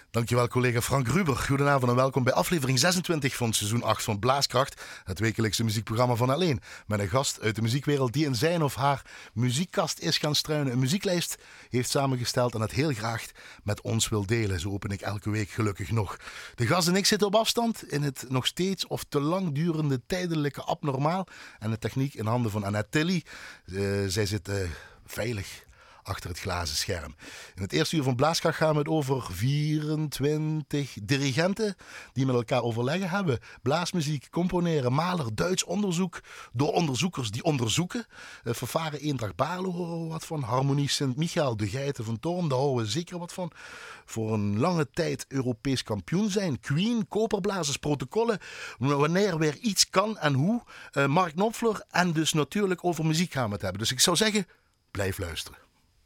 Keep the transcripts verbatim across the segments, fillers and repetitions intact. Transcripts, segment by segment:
Dankjewel collega Frank Ruber. Goedenavond en welkom bij aflevering zesentwintig van seizoen acht van Blaaskracht. Het wekelijkse muziekprogramma van Alleen. Met een gast uit de muziekwereld die in zijn of haar muziekkast is gaan struinen. Een muzieklijst heeft samengesteld en het heel graag met ons wil delen. Zo open ik elke week gelukkig nog. De gast en ik zitten op afstand in het nog steeds of te lang durende tijdelijke abnormaal. En de techniek in handen van Annette Tilly. Uh, zij zit uh, veilig achter het glazen scherm. In het eerste uur van Blaaskracht gaan we het over vierentwintig dirigenten die met elkaar overleggen hebben. Blaasmuziek, componeren, maler, Duits onderzoek door onderzoekers die onderzoeken. Uh, Vervaren Eendracht Baarlo horen we wat van. Harmonie Sint-Michael, de Geiten van Toorn, daar horen we zeker wat van. Voor een lange tijd Europees kampioen zijn. Queen, koperblazers, protocollen. Wanneer weer iets kan en hoe. Uh, Mark Knopfler en dus natuurlijk over muziek gaan we het hebben. Dus ik zou zeggen, blijf luisteren.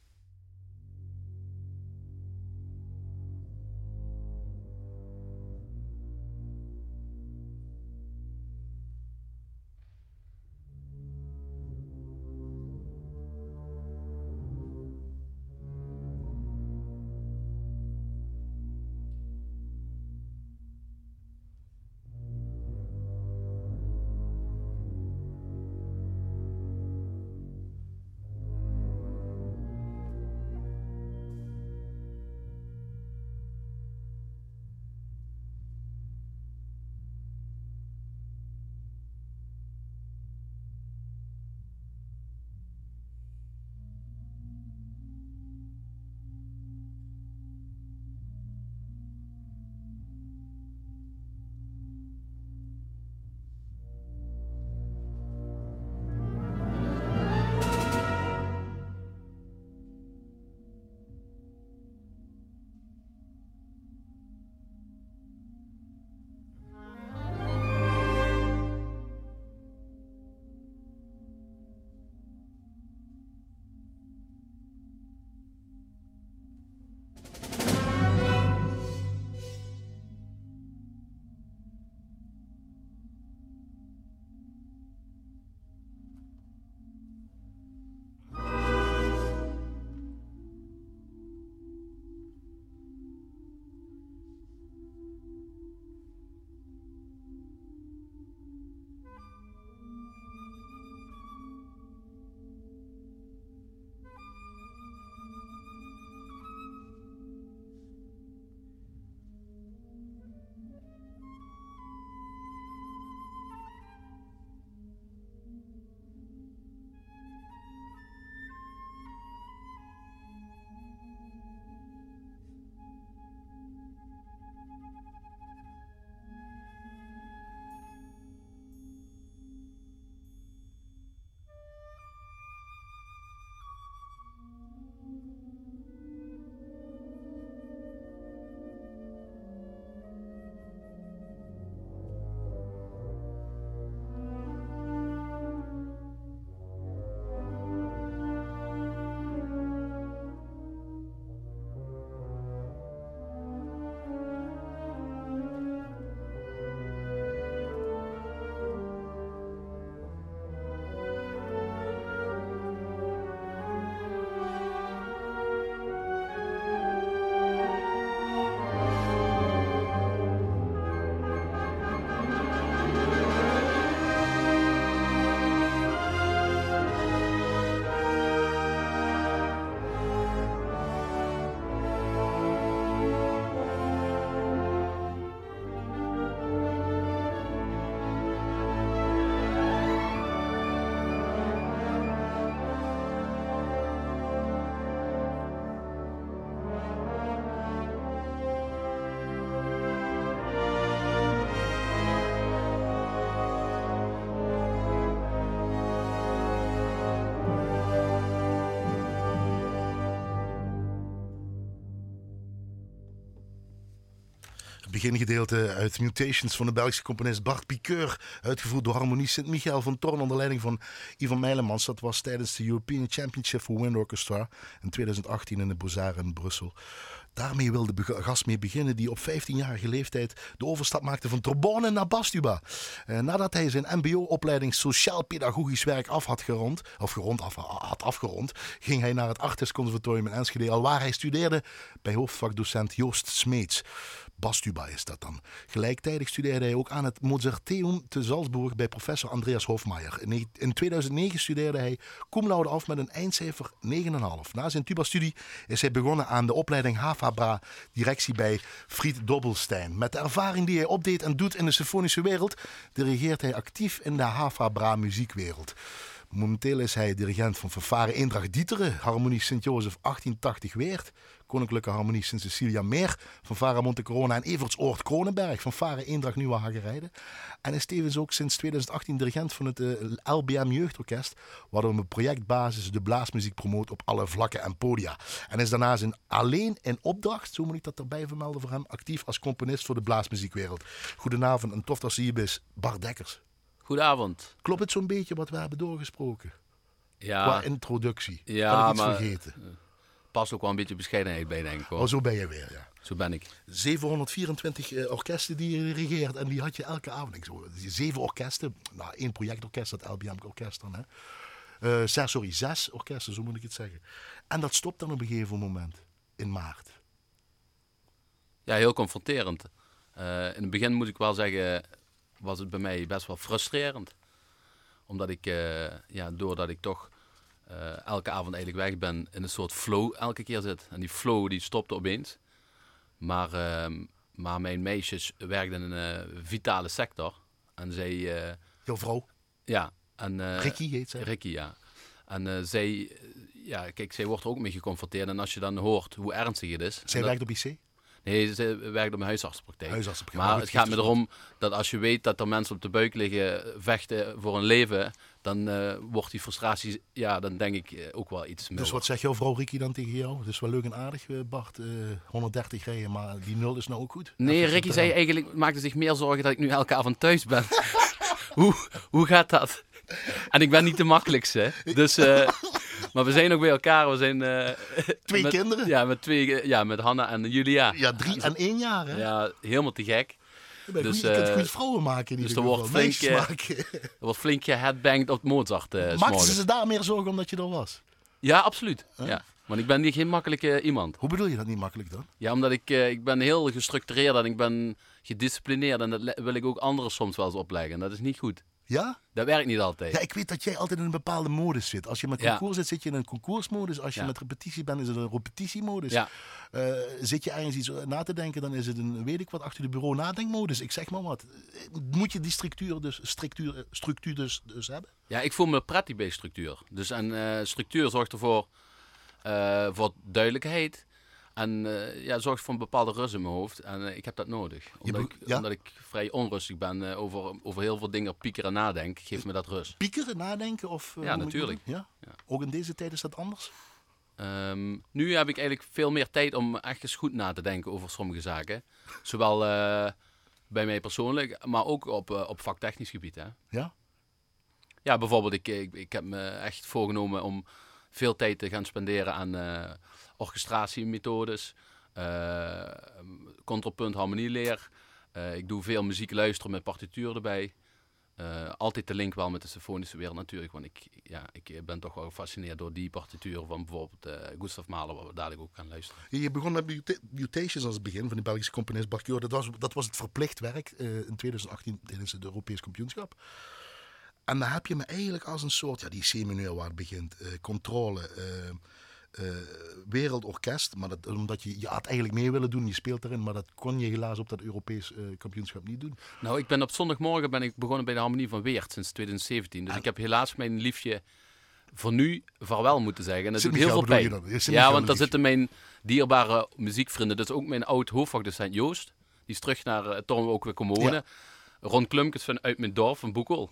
Begingedeelte uit Mutations van de Belgische componist Bart Piqueur, uitgevoerd door Harmonie Sint-Michael van Toorn onder leiding van Ivan Meilemans. Dat was tijdens de European Championship for Wind Orchestra in twintig achttien in de Beaux-Arts in Brussel. Daarmee wil de gast mee beginnen die op vijftienjarige leeftijd de overstap maakte van trombone naar bastuba. Uh, nadat hij zijn mbo-opleiding sociaal-pedagogisch werk af had gerond, of gerond af, had afgerond, ging hij naar het Artis Conservatorium in Enschede, alwaar hij studeerde bij hoofdvakdocent Joost Smeets. Bastuba is dat dan. Gelijktijdig studeerde hij ook aan het Mozarteum te Salzburg bij professor Andreas Hofmeijer. In tweeduizend negen studeerde hij cum laude af met een eindcijfer negen komma vijf. Na zijn tuba-studie is hij begonnen aan de opleiding Havabra, directie bij Fried Dobbelstein. Met de ervaring die hij opdeed en doet in de symfonische wereld, dirigeert hij actief in de Havabra muziekwereld. Momenteel is hij dirigent van Fanfare Eendracht Dieteren, Harmonie Sint-Jozef achttientachtig Weert, Koninklijke Harmonie Sint-Cecilia Meer, Fanfare Monte Corona en Evertsoord Kronenberg, Fanfare Eendracht Nieuwe Hagerijden. En is tevens ook sinds tweeduizend achttien dirigent van het uh, L B M Jeugdorkest, waar hij op projectbasis de blaasmuziek promoot op alle vlakken en podia. En is daarna zijn alleen in opdracht, zo moet ik dat erbij vermelden voor hem, actief als componist voor de blaasmuziekwereld. Goedenavond en tof dat ze hier bent, Bart Dekkers. Goedenavond. Klopt het zo'n beetje wat we hebben doorgesproken? Ja. Qua introductie. Ja, had ik iets maar vergeten? Past ook wel een beetje bescheidenheid bij, denk ik. Hoor. Oh, zo ben je weer, ja. Zo ben ik. zevenhonderdvierentwintig uh, orkesten die je regeert en die had je elke avond. Ik zo, zeven orkesten, nou één projectorkest, dat L B M-orkest dan. Hè. Uh, zes, sorry, zes orkesten, zo moet ik het zeggen. En dat stopt dan op een gegeven moment, in maart. Ja, heel confronterend. Uh, in het begin moet ik wel zeggen, was het bij mij best wel frustrerend. Omdat ik, uh, ja, doordat ik toch uh, elke avond eigenlijk weg ben, in een soort flow elke keer zit. En die flow die stopte opeens. Maar, uh, maar mijn meisjes werkten in een uh, vitale sector. En zij... Uh, Jouw vrouw? Ja. En, uh, Ricky heet zij? Ricky, ja. En uh, zij... Ja, kijk, zij wordt er ook mee geconfronteerd. En als je dan hoort hoe ernstig het is... Zij dat, werkt op I C? Nee, ze werkt op een huisartsenpraktijk. Huisartsenpraktijk. Maar Maar het gaat me dus erom dat als je weet dat er mensen op de buik liggen vechten voor hun leven, dan uh, wordt die frustratie, ja, dan denk ik uh, ook wel iets milder. Dus wat zegt jouw vrouw Ricky dan tegen jou? Het is wel leuk en aardig, Bart, uh, honderddertig rijden, maar die nul is nou ook goed. Nee, Even Ricky zei eigenlijk, maakte zich meer zorgen dat ik nu elke avond thuis ben. hoe, hoe gaat dat? En ik ben niet de makkelijkste, dus... Uh, Maar we zijn ook bij elkaar. We zijn, uh, twee met, kinderen? Ja, met, twee, ja, met Hanna en Julia. Ja, drie ja, en één jaar, hè? Ja, helemaal te gek. Je, dus, goeie, je uh, kunt goede vrouwen maken. Die dus er wordt, flink, uh, er wordt flink geheadbanged op Mozart. Uh, Maakten ze ze daar meer zorgen omdat je er was? Ja, absoluut. Huh? Ja. Want ik ben niet geen makkelijke iemand. Hoe bedoel je dat niet makkelijk dan? Ja, omdat ik, uh, ik ben heel gestructureerd en ik ben gedisciplineerd. En dat wil ik ook anderen soms wel eens opleggen. En dat is niet goed. Ja? Dat werkt niet altijd. Ja, ik weet dat jij altijd in een bepaalde modus zit. Als je met concours ja. zit, zit je in een concoursmodus. Als je ja. met repetitie bent, is het een repetitiemodus. Ja. Uh, zit je ergens iets na te denken, dan is het een, weet ik wat, achter de bureau nadenkmodus. Ik zeg maar wat. Moet je die structuur dus, structuur, structuur dus, dus hebben? Ja, ik voel me prettig bij structuur. Dus en uh, structuur zorgt ervoor uh, voor duidelijkheid. En uh, ja, zorgt voor een bepaalde rust in mijn hoofd. En uh, ik heb dat nodig. Omdat, ik, ja? omdat ik vrij onrustig ben uh, over, over heel veel dingen piekeren en nadenken. Geeft me dat rust. Piekeren, nadenken? Of, uh, ja, natuurlijk. Ja? Ja. Ook in deze tijd is dat anders? Um, nu heb ik eigenlijk veel meer tijd om echt eens goed na te denken over sommige zaken. Zowel uh, bij mij persoonlijk, maar ook op, uh, op vaktechnisch gebied. Hè. Ja? Ja, bijvoorbeeld ik, ik, ik heb me echt voorgenomen om veel tijd te gaan spenderen aan uh, orchestratiemethodes, uh, contrapunt, harmonieleer. Uh, ik doe veel muziek luisteren met partituur erbij. Uh, altijd de link wel met de symfonische wereld natuurlijk, want ik, ja, ik ben toch wel gefascineerd door die partituren van bijvoorbeeld uh, Gustav Mahler, waar we dadelijk ook gaan luisteren. Je begon met Mutations als het begin van de Belgische componist Bart Kjord. Dat was, dat was het verplicht werk uh, in tweeduizend achttien tijdens het Europees kampioenschap. En dan heb je me eigenlijk als een soort, ja, die C-mineur waar het begint, uh, controle, uh, uh, wereldorkest. Maar dat, omdat je, je had eigenlijk mee willen doen, je speelt erin, maar dat kon je helaas op dat Europees uh, kampioenschap niet doen. Nou, ik ben op zondagmorgen ben ik begonnen bij de Harmonie van Weert sinds tweeduizend zeventien. Dus en... ik heb helaas mijn liefje voor nu vaarwel moeten zeggen. En dat doet heel veel pijn. Ja, want daar zitten mijn dierbare muziekvrienden, dus ook mijn oud hoofdvakdocent Joost. Die is terug naar uh, Torm ook weer komen wonen. Ja. Ron Klumkes van uit mijn dorp, van Boekel. Hm.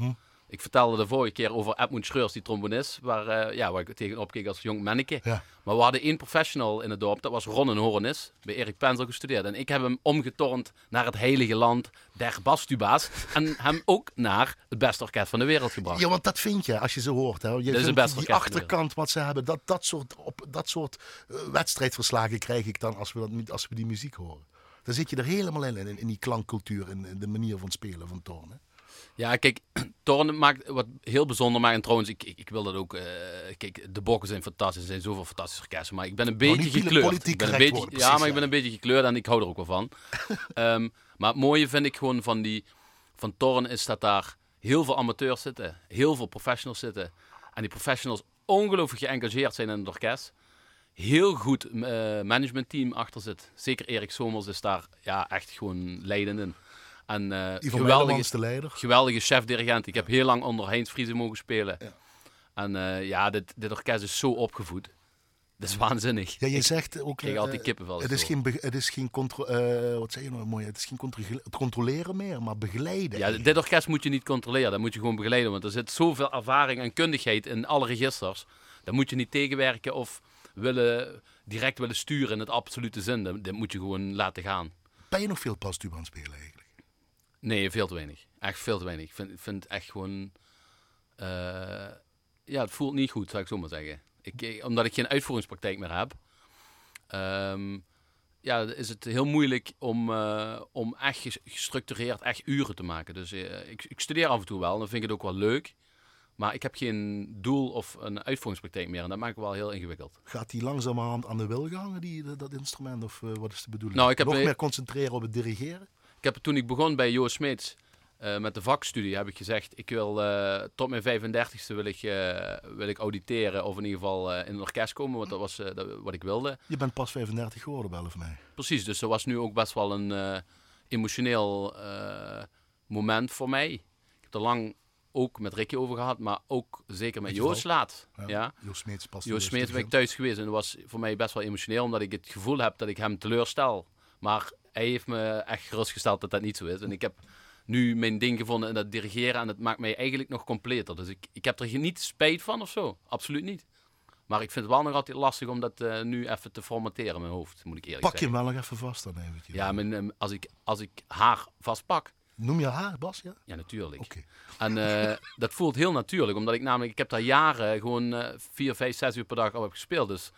Ik vertelde de vorige keer over Edmund Schreurs, die trombonist, waar, uh, ja, waar ik tegenop keek als jong manneke. Ja. Maar we hadden één professional in het dorp, dat was Ron een Hoornis, bij Erik Penzel gestudeerd. En ik heb hem omgetornd naar het heilige land der bastuba's en hem ook naar het beste orkest van de wereld gebracht. Ja, want dat vind je als je ze hoort. Hè. Je dat is het beste die achterkant wat ze hebben, dat, dat soort, op, dat soort uh, wedstrijdverslagen krijg ik dan als we, dat, als we die muziek horen. Dan zit je er helemaal in, in, in die klankcultuur, in, in de manier van spelen van Thorn. Hè. Ja, kijk, Thorn maakt wat heel bijzonder maakt. En trouwens, ik, ik, ik wil dat ook... Uh, kijk, de Bokken zijn fantastisch. Er zijn zoveel fantastische orkesten. Maar ik ben een beetje gekleurd. Ik ben een beetje, worden, precies, ja, maar ja. ik ben een beetje gekleurd en ik hou er ook wel van. um, maar het mooie vind ik gewoon van, die, van Thorn is dat daar heel veel amateurs zitten. Heel veel professionals zitten. En die professionals ongelooflijk geëngageerd zijn in het orkest. Heel goed uh, managementteam achter zit. Zeker Erik Somers is daar ja, echt gewoon leidend in. En uh, geweldige, leider. geweldige chef-dirigent. Ik heb heel lang onder Heinz Friese mogen spelen. Ja. En uh, ja, dit, dit orkest is zo opgevoed. Dat is waanzinnig. Ja, je zegt ook... Ik krijg uh, altijd kippenvel. Het is geen, het is geen, contro- uh, wat zeg je nou mooi? Het is geen contro- controleren meer, maar begeleiden. Ja, dit orkest moet je niet controleren. Dat moet je gewoon begeleiden. Want er zit zoveel ervaring en kundigheid in alle registers. Dat moet je niet tegenwerken of willen, direct willen sturen in het absolute zin. Dat, dat moet je gewoon laten gaan. Ben je nog veel pastuba aan het spelen eigenlijk? Nee, veel te weinig. Echt veel te weinig. Ik vind, vind het echt gewoon... Uh, ja, het voelt niet goed, zou ik zo maar zeggen. Ik, omdat ik geen uitvoeringspraktijk meer heb... Um, ja, is het heel moeilijk om, uh, om echt gestructureerd echt uren te maken. Dus uh, ik, ik studeer af en toe wel en dan vind ik het ook wel leuk. Maar ik heb geen doel of een uitvoeringspraktijk meer. En dat maakt het wel heel ingewikkeld. Gaat die langzamerhand aan de wilgen hangen, die, dat instrument? Of uh, wat is de bedoeling? Nou, ik heb Nog me... meer concentreren op het dirigeren? Ik heb toen ik begon bij Joost Smeets uh, met de vakstudie, heb ik gezegd, ik wil uh, tot mijn vijfendertigste wil ik, uh, wil ik auditeren of in ieder geval uh, in een orkest komen, want dat was uh, dat, wat ik wilde. Je bent pas vijfendertig geworden, wel of mij? Precies, dus dat was nu ook best wel een uh, emotioneel uh, moment voor mij. Ik heb er lang ook met Ricky over gehad, maar ook zeker met Joost laat. Ja, ja. Joost Smeets pas. Joost Smeets ben ik thuis geweest en dat was voor mij best wel emotioneel, omdat ik het gevoel heb dat ik hem teleurstel. Maar hij heeft me echt gerustgesteld dat dat niet zo is. En ik heb nu mijn ding gevonden in dat dirigeren en dat maakt mij eigenlijk nog completer. Dus ik, ik heb er niet spijt van of zo. Absoluut niet. Maar ik vind het wel nog altijd lastig om dat uh, nu even te formateren in mijn hoofd, moet ik eerlijk pak zeggen. Pak je hem wel nog even vast dan eventjes. Ja, mijn, um, als, ik, als ik haar vastpak. Noem je haar, Bas? Ja, ja natuurlijk. Okay. En uh, dat voelt heel natuurlijk, omdat ik namelijk, ik heb daar jaren gewoon uh, vier, vijf, zes uur per dag al heb gespeeld. Dus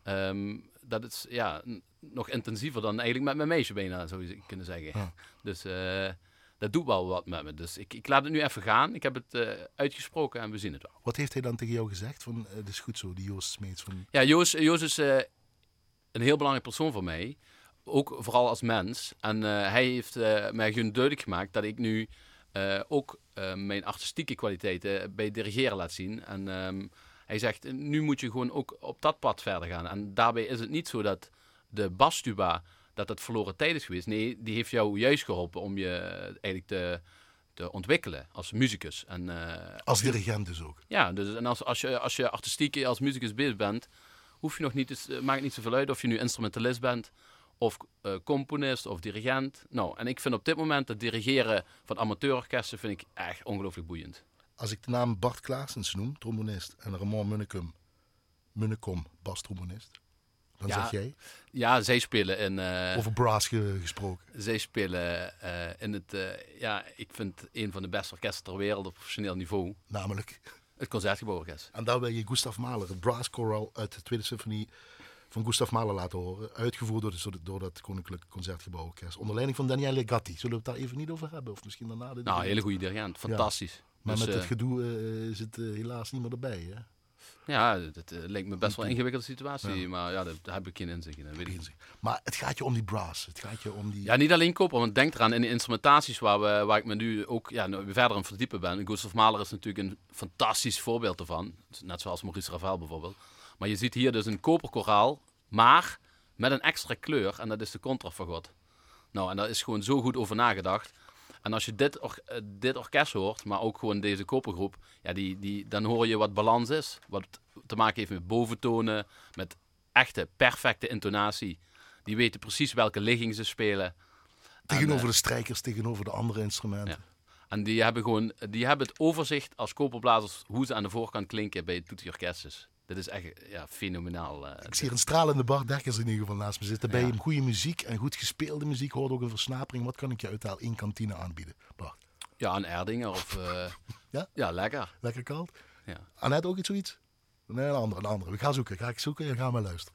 um, dat is ja, n- nog intensiever dan eigenlijk met mijn meisje bijna, zou je kunnen zeggen. Ja. Dus uh, dat doet wel wat met me. Dus ik, ik laat het nu even gaan. Ik heb het uh, uitgesproken en we zien het wel. Wat heeft hij dan tegen jou gezegd? Van, uh, het is goed zo, die Joost Smeets. Van... Ja, Joost, Joost is uh, een heel belangrijk persoon voor mij. Ook vooral als mens. En uh, hij heeft uh, mij gewoon duidelijk gemaakt dat ik nu uh, ook uh, mijn artistieke kwaliteiten bij dirigeren laat zien. En um, hij zegt, nu moet je gewoon ook op dat pad verder gaan. En daarbij is het niet zo dat de bastuba, dat het verloren tijd is geweest. Nee, die heeft jou juist geholpen om je eigenlijk te, te ontwikkelen als muzikus. En, uh, als dirigent dus ook. Ja, dus en als, als, je, als je artistiek als muzikus bezig bent, hoef je nog niet, dus, uh, maakt niet zoveel uit of je nu instrumentalist bent, of uh, componist of dirigent. Nou, en ik vind op dit moment het dirigeren van amateurorkesten vind ik echt ongelooflijk boeiend. Als ik de naam Bart Klaassens noem, trombonist, en Ramon Munnekom, Munnekom, bastrombonist, dan ja, zeg jij? Ja, zij spelen in... Uh, Over brass ge- gesproken. Zij spelen uh, in het... Uh, ja, ik vind een van de beste orkesten ter wereld op professioneel niveau. Namelijk? Het Concertgebouworkest. En daar wil je Gustav Mahler, het brass choral uit de Tweede Symfonie van Gustav Mahler laten horen. Uitgevoerd door, de, door dat Koninklijk Concertgebouworkest. Onder leiding van Daniele Gatti. Zullen we het daar even niet over hebben? Of misschien daarna? De nou, een hele goede dirigent. Fantastisch. Ja. Maar dus, met uh, het gedoe uh, zit uh, helaas niet meer erbij, hè? Ja, het uh, leek me best wel een ingewikkelde situatie. Ja. Maar ja, daar, daar heb ik geen inzicht in. Dat weet ik. Maar het gaat je om die brass. Het gaat je om die... Ja, niet alleen kopen. Want denk eraan, in de instrumentaties waar, we, waar ik me nu ook ja, nu verder in verdiepen ben. Gustav Mahler is natuurlijk een fantastisch voorbeeld ervan. Net zoals Maurice Ravel bijvoorbeeld. Maar je ziet hier dus een koperkoraal, maar met een extra kleur. En dat is de contrafagot. Nou, en daar is gewoon zo goed over nagedacht. En als je dit, or- dit orkest hoort, maar ook gewoon deze kopergroep, ja, die, die, dan hoor je wat balans is. Wat te maken heeft met boventonen, met echte perfecte intonatie. Die weten precies welke ligging ze spelen. Tegenover en, uh, de strijkers, tegenover de andere instrumenten. Ja. En die hebben gewoon, die hebben het overzicht als koperblazers hoe ze aan de voorkant klinken bij het Toetie-orkest. Dit is echt ja, fenomenaal. Uh, ik zie hier een stralende Bart Dekkers in ieder geval naast me zitten. Bij ja. hem goede muziek en goed gespeelde muziek hoort ook een versnapering. Wat kan ik je uit de één kantine aanbieden, Bart? Ja, een Erdinger of... Uh, ja? Ja, lekker. Lekker koud? Ja. Annette ook iets zoiets? Nee, een andere, een andere. We gaan zoeken. Ga ik zoeken en gaan we luisteren.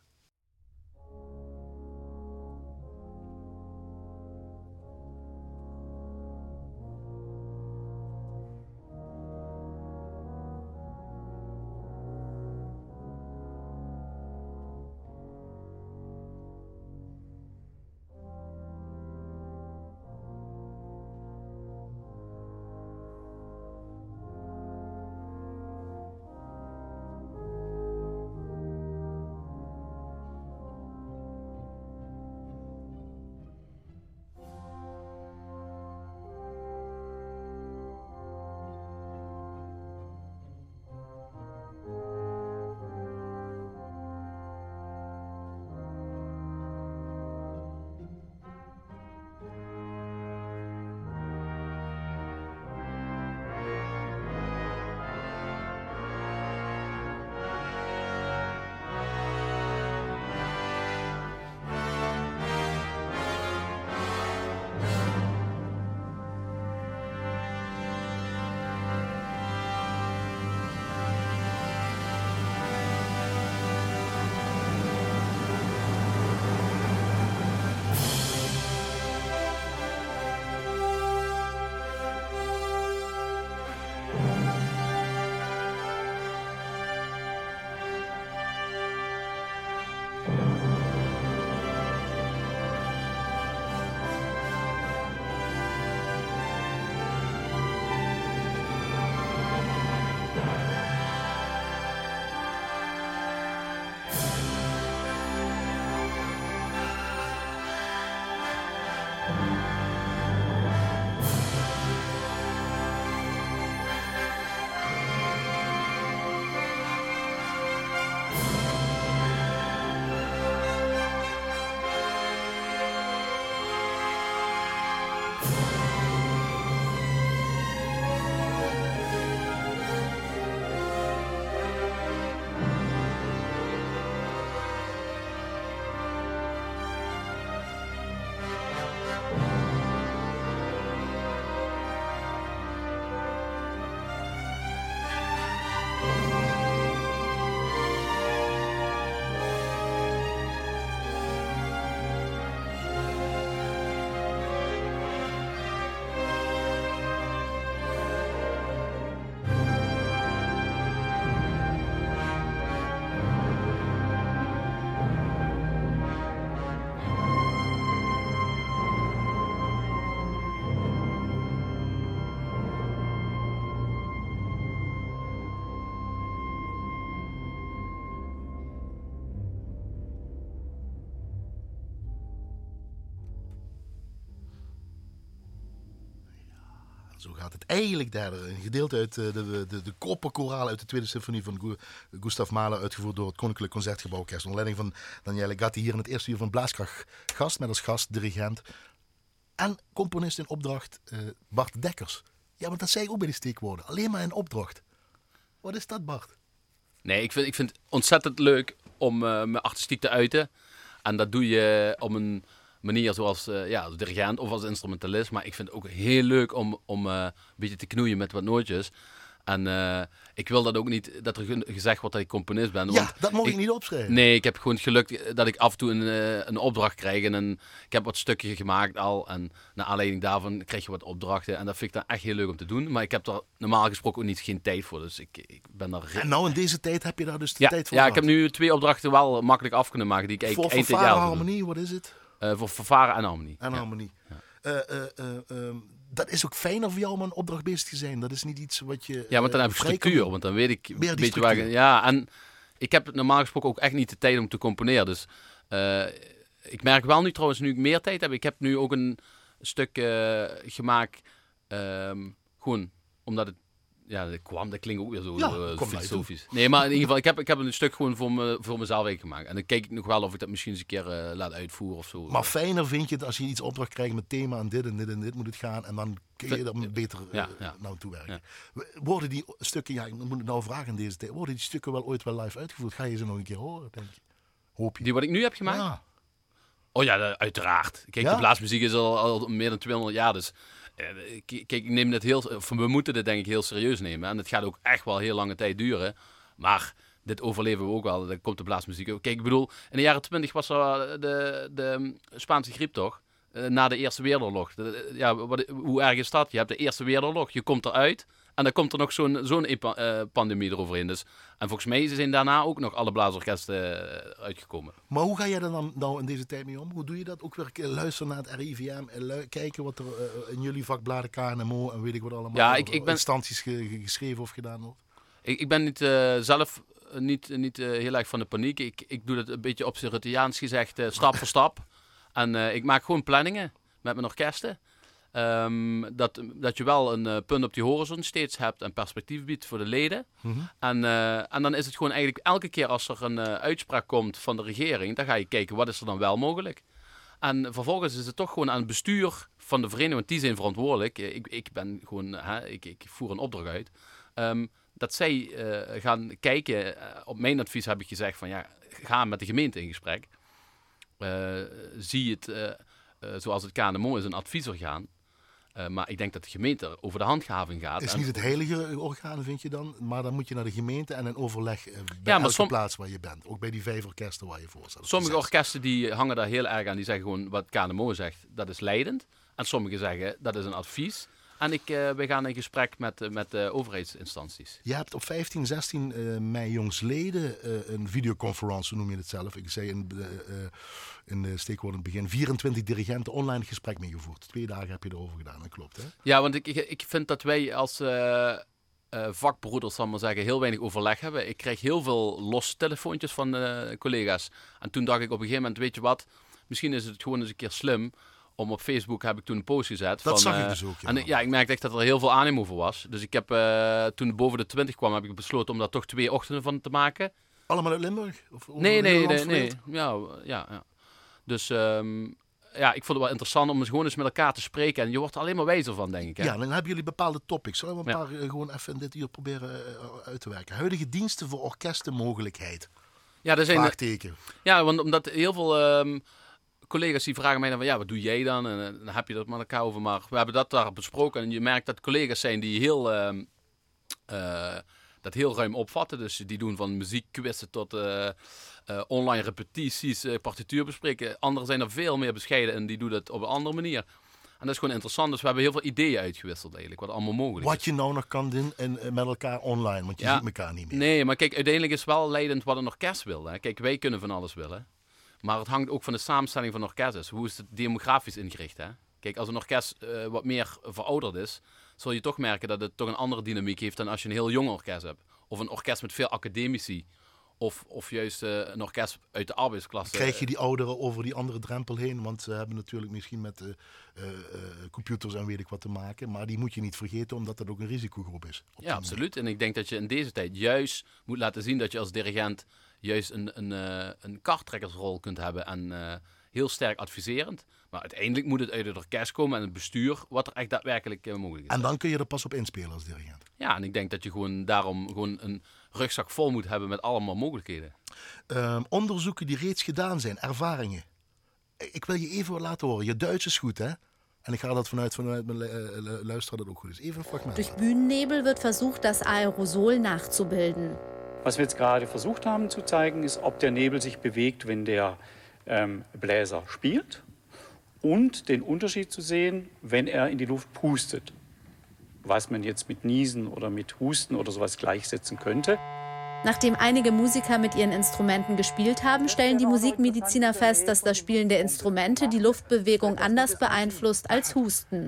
Zo gaat het eigenlijk derde. Een gedeelte uit de, de, de, de koperkoraal uit de tweede symfonie van Gu, Gustav Mahler, uitgevoerd door het Koninklijk Concertgebouworkest. Onder leiding van Daniele Gatti hier in het eerste uur van Blaaskracht gast, met als gast, dirigent en componist in opdracht uh, Bart Dekkers. Ja, want dat zei ik ook bij de steekwoorden. Alleen maar in opdracht. Wat is dat, Bart? Nee, ik vind, ik vind het ontzettend leuk om uh, me artistiek te uiten. En dat doe je op een manier zoals uh, ja, als dirigent of als instrumentalist. Maar ik vind het ook heel leuk om, om uh, een beetje te knoeien met wat nootjes. En uh, ik wil dat ook niet, dat er gezegd wordt dat ik componist ben. Ja, dat mag ik, ik niet opschrijven. Nee, ik heb gewoon het geluk dat ik af en toe een, uh, een opdracht krijg. En een, ik heb wat stukjes gemaakt al. En naar aanleiding daarvan krijg je wat opdrachten. En dat vind ik dan echt heel leuk om te doen. Maar ik heb daar normaal gesproken ook niet geen tijd voor. Dus ik, ik ben daar... En nou in deze tijd heb je daar dus de ja, tijd voor Ja, gehad. Ik heb nu twee opdrachten wel makkelijk af kunnen maken. Die ik eigenlijk voor eind dit jaar Voor harmonie, wat is het? Uh, voor vervaren en harmonie. En ja. harmonie. Ja. Uh, uh, uh, uh, dat is ook fijner voor jou om een opdracht bezig te zijn. Dat is niet iets wat je... Ja, want dan uh, heb ik structuur. Want dan weet ik Meer een die beetje waar ik... Ja, en ik heb normaal gesproken ook echt niet de tijd om te componeren. Dus uh, ik merk wel nu trouwens, nu ik meer tijd heb. Ik heb nu ook een stuk uh, gemaakt. Um, gewoon omdat het Ja, dat kwam, dat klinkt ook weer zo Ja, uh, kom filosofisch. Nee, maar in ieder geval, ik heb, ik heb een stuk gewoon voor, me, voor mezelf gemaakt. En dan kijk ik nog wel of ik dat misschien eens een keer uh, laat uitvoeren of zo. Maar fijner vind je het als je iets opdracht krijgt met thema en dit en dit en dit moet het gaan. En dan kun je er beter uh, ja, ja. naartoe werken. Ja. Worden die stukken, ja, ik moet het nou vragen in deze tijd, worden die stukken wel ooit wel live uitgevoerd? Ga je ze nog een keer horen, denk je? Hoop je? Die wat ik nu heb gemaakt? Ja. Oh ja, uiteraard. Kijk, ja? de blaasmuziek is al, al meer dan tweehonderd jaar, dus... Kijk, ik neem het heel, we moeten dit denk ik heel serieus nemen. En het gaat ook echt wel heel lange tijd duren. Maar dit overleven we ook wel. Dan komt de blaasmuziek ook. Kijk, ik bedoel, in de jaren twintig was er de, de Spaanse griep toch? Na de Eerste Wereldoorlog. Ja, wat, hoe erg is dat? Je hebt de Eerste Wereldoorlog, je komt eruit. En dan komt er nog zo'n zo'n uh, pandemie eroverheen. Dus, en volgens mij zijn daarna ook nog alle blaasorkesten uh, uitgekomen. Maar hoe ga jij er dan nou in deze tijd mee om? Hoe doe je dat? Ook weer luisteren naar het R I V M en lu- kijken wat er uh, in jullie vakbladen K N M O en weet ik wat allemaal ja, ik, ik ben... instanties ge- geschreven of gedaan wordt? Ik, ik ben niet, uh, zelf niet, niet uh, heel erg van de paniek. Ik, ik doe het een beetje op Rutteaans gezegd, uh, stap voor stap. En uh, ik maak gewoon planningen met mijn orkesten. Um, dat, dat je wel een uh, punt op die horizon steeds hebt en perspectief biedt voor de leden. Mm-hmm. En, uh, en dan is het gewoon eigenlijk elke keer als er een uh, uitspraak komt van de regering, dan ga je kijken wat is er dan wel mogelijk. En vervolgens is het toch gewoon aan het bestuur van de vereniging, want die zijn verantwoordelijk. Ik, ik ben gewoon, hè, ik, ik voer een opdracht uit. Um, dat zij uh, gaan kijken, uh, op mijn advies heb ik gezegd van ja, ga met de gemeente in gesprek. Uh, zie het uh, uh, zoals het K N M O is, een adviesorgaan. Uh, maar ik denk dat de gemeente over de handhaving gaat. Het is niet het heilige orgaan, vind je dan? Maar dan moet je naar de gemeente en een overleg uh, bij ja, elke som... plaats waar je bent. Ook bij die vijf orkesten waar je voor staat. Sommige orkesten die hangen daar heel erg aan. Die zeggen gewoon wat K N M O zegt, dat is leidend. En sommigen zeggen, dat is een advies. En ik, uh, we gaan in gesprek met, uh, met de overheidsinstanties. Je hebt op vijftien, zestien uh, mei jongsleden uh, een videoconferentie, noem je het zelf. Ik zei in, uh, uh, in de steekwoord in het begin, vierentwintig dirigenten online gesprek meegevoerd. Twee dagen heb je erover gedaan, dat klopt hè? Ja, want ik, ik, ik vind dat wij als uh, uh, vakbroeders, zal ik maar zeggen, heel weinig overleg hebben. Ik kreeg heel veel losse telefoontjes van uh, collega's. En toen dacht ik op een gegeven moment, weet je wat, misschien is het gewoon eens een keer slim... Om op Facebook heb ik toen een post gezet. Dat van, zag ik uh, dus ook, ja. En ja, ik merkte echt dat er heel veel animo voor was. Dus ik heb, uh, toen het boven de twintig kwam, heb ik besloten om daar toch twee ochtenden van te maken. Allemaal uit Limburg? Of nee, nee, nee, nee. Ja, ja, ja. Dus um, ja, ik vond het wel interessant om eens gewoon eens met elkaar te spreken. En je wordt er alleen maar wijzer van, denk ik. Hè? Ja, dan hebben jullie bepaalde topics. Zullen we een ja. paar uh, gewoon even in dit uur proberen uh, uit te werken? Huidige diensten voor orkestenmogelijkheid. Ja, dat zijn vraagteken. Ja, want omdat heel veel... Um, collega's die vragen mij dan van, ja, wat doe jij dan? En uh, dan heb je dat met elkaar over. Maar we hebben dat daar besproken. En je merkt dat collega's zijn die heel, uh, uh, dat heel ruim opvatten. Dus die doen van muziekquizzen tot uh, uh, online repetities, uh, partituur bespreken. Anderen zijn er veel meer bescheiden en die doen dat op een andere manier. En dat is gewoon interessant. Dus we hebben heel veel ideeën uitgewisseld eigenlijk, wat allemaal mogelijk wat is. je nou nog kan doen en, en met elkaar online, want je ja, ziet elkaar niet meer. Nee, maar kijk, uiteindelijk is wel leidend wat een orkest wil. Hè. Kijk, wij kunnen van alles willen. Maar het hangt ook van de samenstelling van orkest. Hoe is het demografisch ingericht? Hè? Kijk, als een orkest uh, wat meer verouderd is, zul je toch merken dat het toch een andere dynamiek heeft dan als je een heel jong orkest hebt. Of een orkest met veel academici. Of, of juist uh, een orkest uit de arbeidsklasse. Krijg je die ouderen over die andere drempel heen? Want ze hebben natuurlijk misschien met uh, uh, uh, computers en weet ik wat te maken. Maar die moet je niet vergeten, omdat dat ook een risicogroep is. Ja, absoluut. En ik denk dat je in deze tijd juist moet laten zien dat je als dirigent juist een, een, uh, een karttrekkersrol kunt hebben en uh, heel sterk adviserend. Maar uiteindelijk moet het uit het orkest komen en het bestuur wat er echt daadwerkelijk uh, mogelijk is. En dan kun je er pas op inspelen als dirigent. Ja, en ik denk dat je gewoon daarom gewoon een rugzak vol moet hebben met allemaal mogelijkheden. Um, onderzoeken die reeds gedaan zijn, ervaringen. Ik wil je even laten horen. Je Duits is goed, hè? En ik ga dat vanuit, vanuit mijn uh, luisteraar dat ook goed is. Even een fragment. Durch Bühnennebel wird versucht, das Aerosol nachzubilden. Was wir jetzt gerade versucht haben zu zeigen, ist, ob der Nebel sich bewegt, wenn der ähm, Bläser spielt, und den Unterschied zu sehen, wenn er in die Luft pustet. Was man jetzt mit Niesen oder mit Husten oder sowas gleichsetzen könnte. Nachdem einige Musiker mit ihren Instrumenten gespielt haben, stellen die Musikmediziner fest, dass das Spielen der Instrumente die Luftbewegung anders beeinflusst als Husten.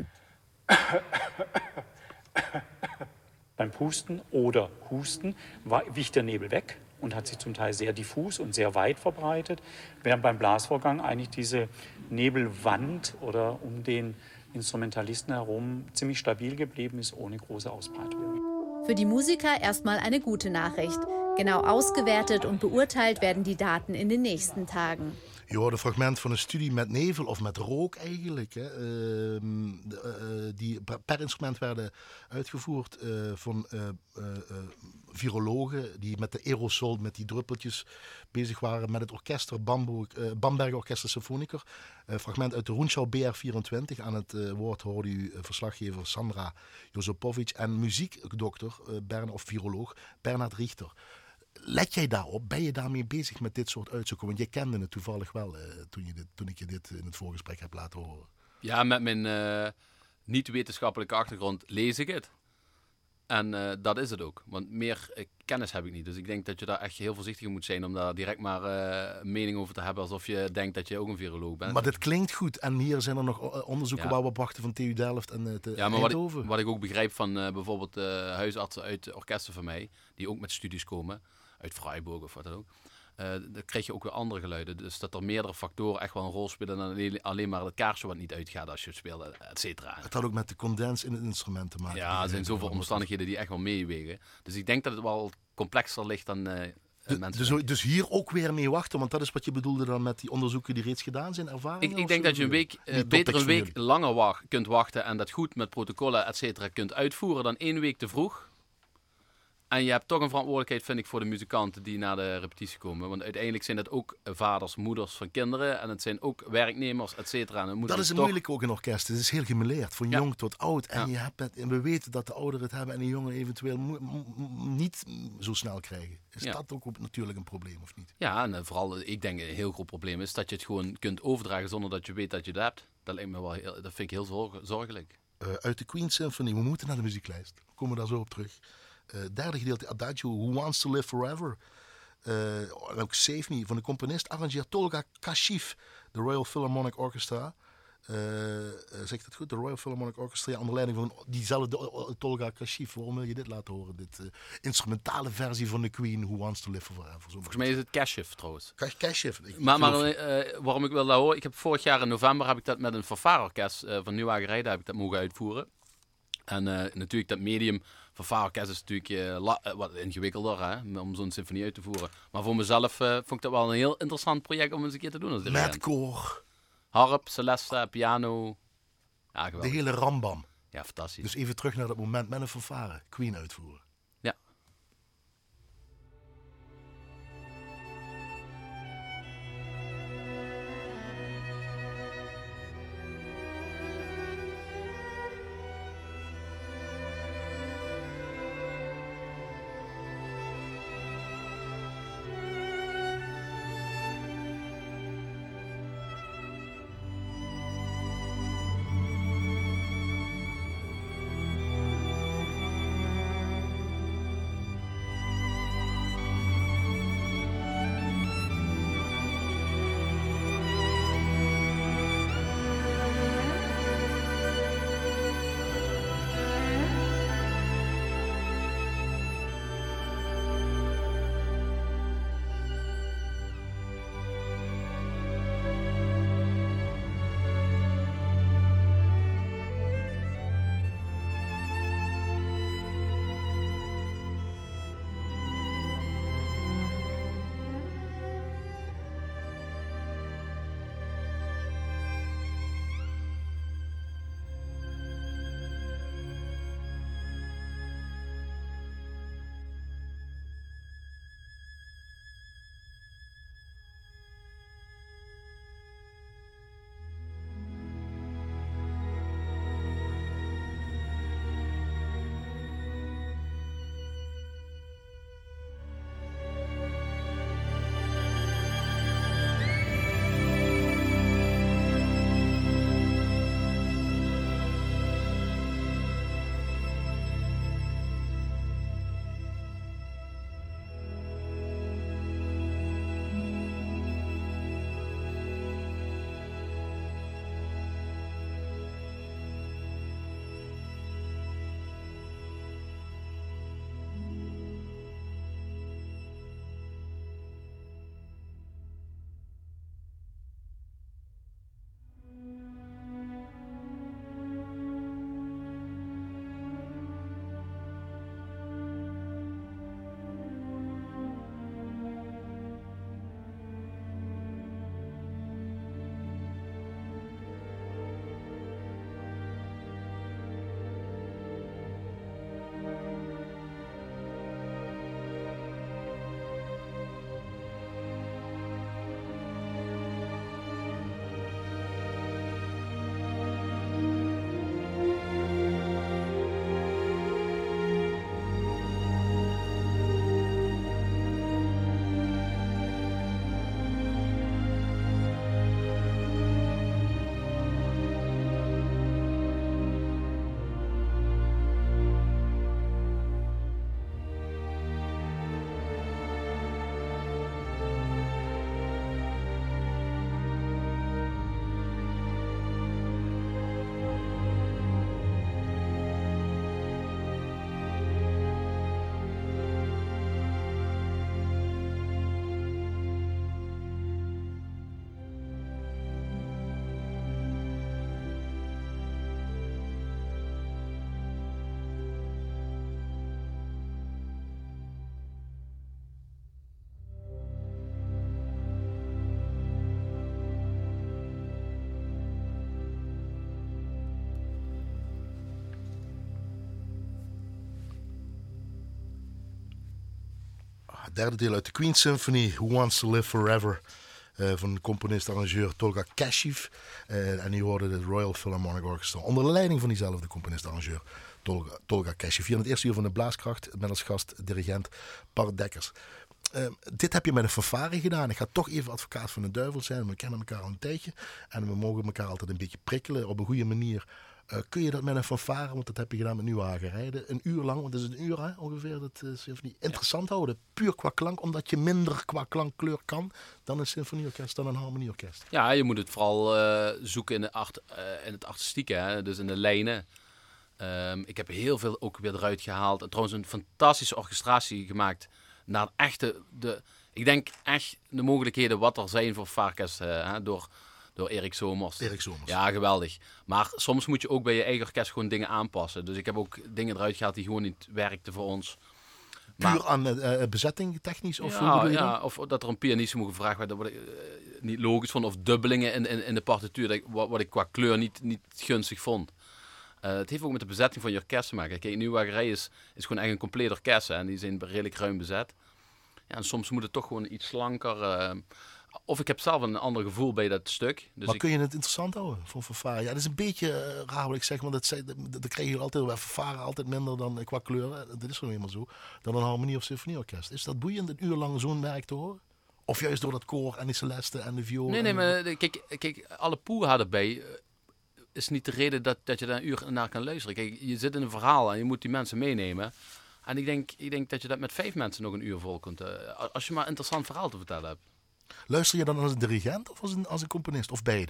Beim Pusten oder Husten wich der Nebel weg und hat sich zum Teil sehr diffus und sehr weit verbreitet, während beim Blasvorgang eigentlich diese Nebelwand oder um den Instrumentalisten herum ziemlich stabil geblieben ist, ohne große Ausbreitung. Für die Musiker erstmal eine gute Nachricht. Genau ausgewertet und beurteilt werden die Daten in den nächsten Tagen. Je hoort een fragment van een studie met nevel of met rook eigenlijk. Hè, uh, uh, die per instrument werden uitgevoerd uh, van uh, uh, virologen die met de aerosol, met die druppeltjes bezig waren met het orkester Bamberg, uh, Bamberger Orchester Symphoniker. Uh, fragment uit de Rundschau B R vierentwintig. Aan het uh, woord hoorde u uh, verslaggever Sandra Josipovic en muziekdokter, uh, Bern, of viroloog Bernhard Richter. Let jij daarop? Ben je daarmee bezig met dit soort uitzoeken? Want jij kende het toevallig wel uh, toen, je dit, toen ik je dit in het voorgesprek heb laten horen. Ja, met mijn uh, niet-wetenschappelijke achtergrond lees ik het. En uh, dat is het ook. Want meer uh, kennis heb ik niet. Dus ik denk dat je daar echt heel voorzichtig in moet zijn om daar direct maar uh, een mening over te hebben. Alsof je denkt dat je ook een viroloog bent. Maar dit klinkt goed. En hier zijn er nog onderzoeken ja. waar we op wachten van T U Delft en uh, te Ja, maar wat ik, wat ik ook begrijp van uh, bijvoorbeeld uh, huisartsen uit orkesten van mij. Die ook met studies komen. Uit Freiburg of wat dan ook. Uh, dan krijg je ook weer andere geluiden. Dus dat er meerdere factoren echt wel een rol spelen dan alleen maar het kaarsje wat niet uitgaat als je het speelt, et cetera. Het had ook met de condens in het instrument te maken. Ja, er zijn zoveel omstandigheden die echt wel meewegen. Dus ik denk dat het wel complexer ligt dan uh, de, mensen. Dus, dus hier ook weer mee wachten, want dat is wat je bedoelde dan met die onderzoeken die reeds gedaan zijn, ervaringen? Ik, ik denk dat je een week, uh, beter een week langer wacht, kunt wachten en dat goed met protocollen, et cetera, kunt uitvoeren dan één week te vroeg. En je hebt toch een verantwoordelijkheid, vind ik, voor de muzikanten die naar de repetitie komen. Want uiteindelijk zijn dat ook vaders, moeders van kinderen. En het zijn ook werknemers, et cetera. Dat is het toch... moeilijke ook in orkesten. Het is heel gemêleerd, van ja. jong tot oud. En, ja. je hebt het, en we weten dat de ouderen het hebben en de jongeren eventueel mo- m- niet zo snel krijgen. Is ja. dat ook natuurlijk een probleem, of niet? Ja, en vooral, ik denk een heel groot probleem is dat je het gewoon kunt overdragen zonder dat je weet dat je het hebt. Dat lijkt me wel heel, dat vind ik heel zorg, zorgelijk. Uh, uit de Queen Symphony, we moeten naar de muzieklijst. We komen daar zo op terug. Uh, derde gedeelte, Adagio, Who Wants to Live Forever. Uh, en ook Save Me, van de componist arrangeert Tolga Kashif, de Royal Philharmonic Orchestra. Uh, uh, zeg ik dat goed? De Royal Philharmonic Orchestra, ja, onder leiding van diezelfde uh, Tolga Kashif. Waarom wil je dit laten horen? Dit uh, instrumentale versie van de Queen, Who Wants to Live Forever. Zo Volgens mij is het Kashif trouwens. Kashif. Maar, maar uh, waarom ik wil dat horen? Ik heb vorig jaar in november heb ik dat met een fanfareorkest uh, van Nieuwagerij, daar heb ik dat mogen uitvoeren. En uh, natuurlijk dat medium van fanfareorkest is natuurlijk uh, la, uh, wat ingewikkelder hè, om zo'n symfonie uit te voeren. Maar voor mezelf uh, vond ik dat wel een heel interessant project om eens een keer te doen. Als met koor. Harp, celeste, piano. Ja, de hele rambam. Ja, fantastisch. Dus even terug naar dat moment met een fanfare. Queen uitvoeren. Ja. het derde deel uit de Queen Symphony, Who Wants to Live Forever, uh, van componist-arrangeur Tolga Keshev. Uh, en hier hoorde de Royal Philharmonic Orchestra onder de leiding van diezelfde componist-arrangeur Tolga, Tolga Keshev. Hier in het eerste uur van de Blaaskracht met als gast dirigent Bart Dekkers. Uh, dit heb je met een fanfare gedaan. Ik ga toch even advocaat van de duivel zijn. We kennen elkaar al een tijdje en we mogen elkaar altijd een beetje prikkelen op een goede manier. Uh, kun je dat met een fanfare, want dat heb je gedaan met Nieuwe Hagerijden, een uur lang, want het is een uur hè, ongeveer, dat uh, symfonie, interessant houden. Puur qua klank, omdat je minder qua klankkleur kan dan een symfonieorkest, dan een harmonieorkest. Ja, je moet het vooral uh, zoeken in, de art, uh, in het artistieke, hè? Dus in de lijnen. Um, ik heb heel veel ook weer eruit gehaald. En trouwens een fantastische orchestratie gemaakt naar echte, de, ik denk echt de mogelijkheden wat er zijn voor fanfareorkest uh, door... Door Erik Somers. Erik Somers. Ja, geweldig. Maar soms moet je ook bij je eigen orkest gewoon dingen aanpassen. Dus ik heb ook dingen eruit gehaald die gewoon niet werkten voor ons. Puur maar, aan uh, bezetting technisch? Of, ja, hoe ja, of dat er een pianist moet gevraagd worden. Dat wat ik uh, niet logisch vond. Of dubbelingen in, in, in de partituur. Dat ik, wat, wat ik qua kleur niet, niet gunstig vond. Uh, het heeft ook met de bezetting van je orkest te maken. Kijk, Nieuwe Hagerij is, is gewoon echt een compleet orkest. Hè, en die zijn redelijk ruim bezet. Ja, en soms moet het toch gewoon iets slanker... Uh, Of ik heb zelf een ander gevoel bij dat stuk. Dus maar ik... kun je het interessant houden voor fanfare? Ja, dat is een beetje uh, raar wat ik zeg, want dat, dat, dat krijg je altijd bij fanfare altijd minder dan uh, qua kleur. Dat is gewoon helemaal zo. Dan een harmonie- of symfonieorkest. Is dat boeiend, een uur lang zo'n werk te horen? Of juist door dat koor en die celeste en de viool? Nee, nee, maar kijk, kijk alle poeha erbij uh, is niet de reden dat, dat je daar een uur naar kan luisteren. Kijk, je zit in een verhaal en je moet die mensen meenemen. En ik denk, ik denk dat je dat met vijf mensen nog een uur vol kunt. Uh, als je maar een interessant verhaal te vertellen hebt. Luister je dan als een dirigent of als een, als een componist? Of beide?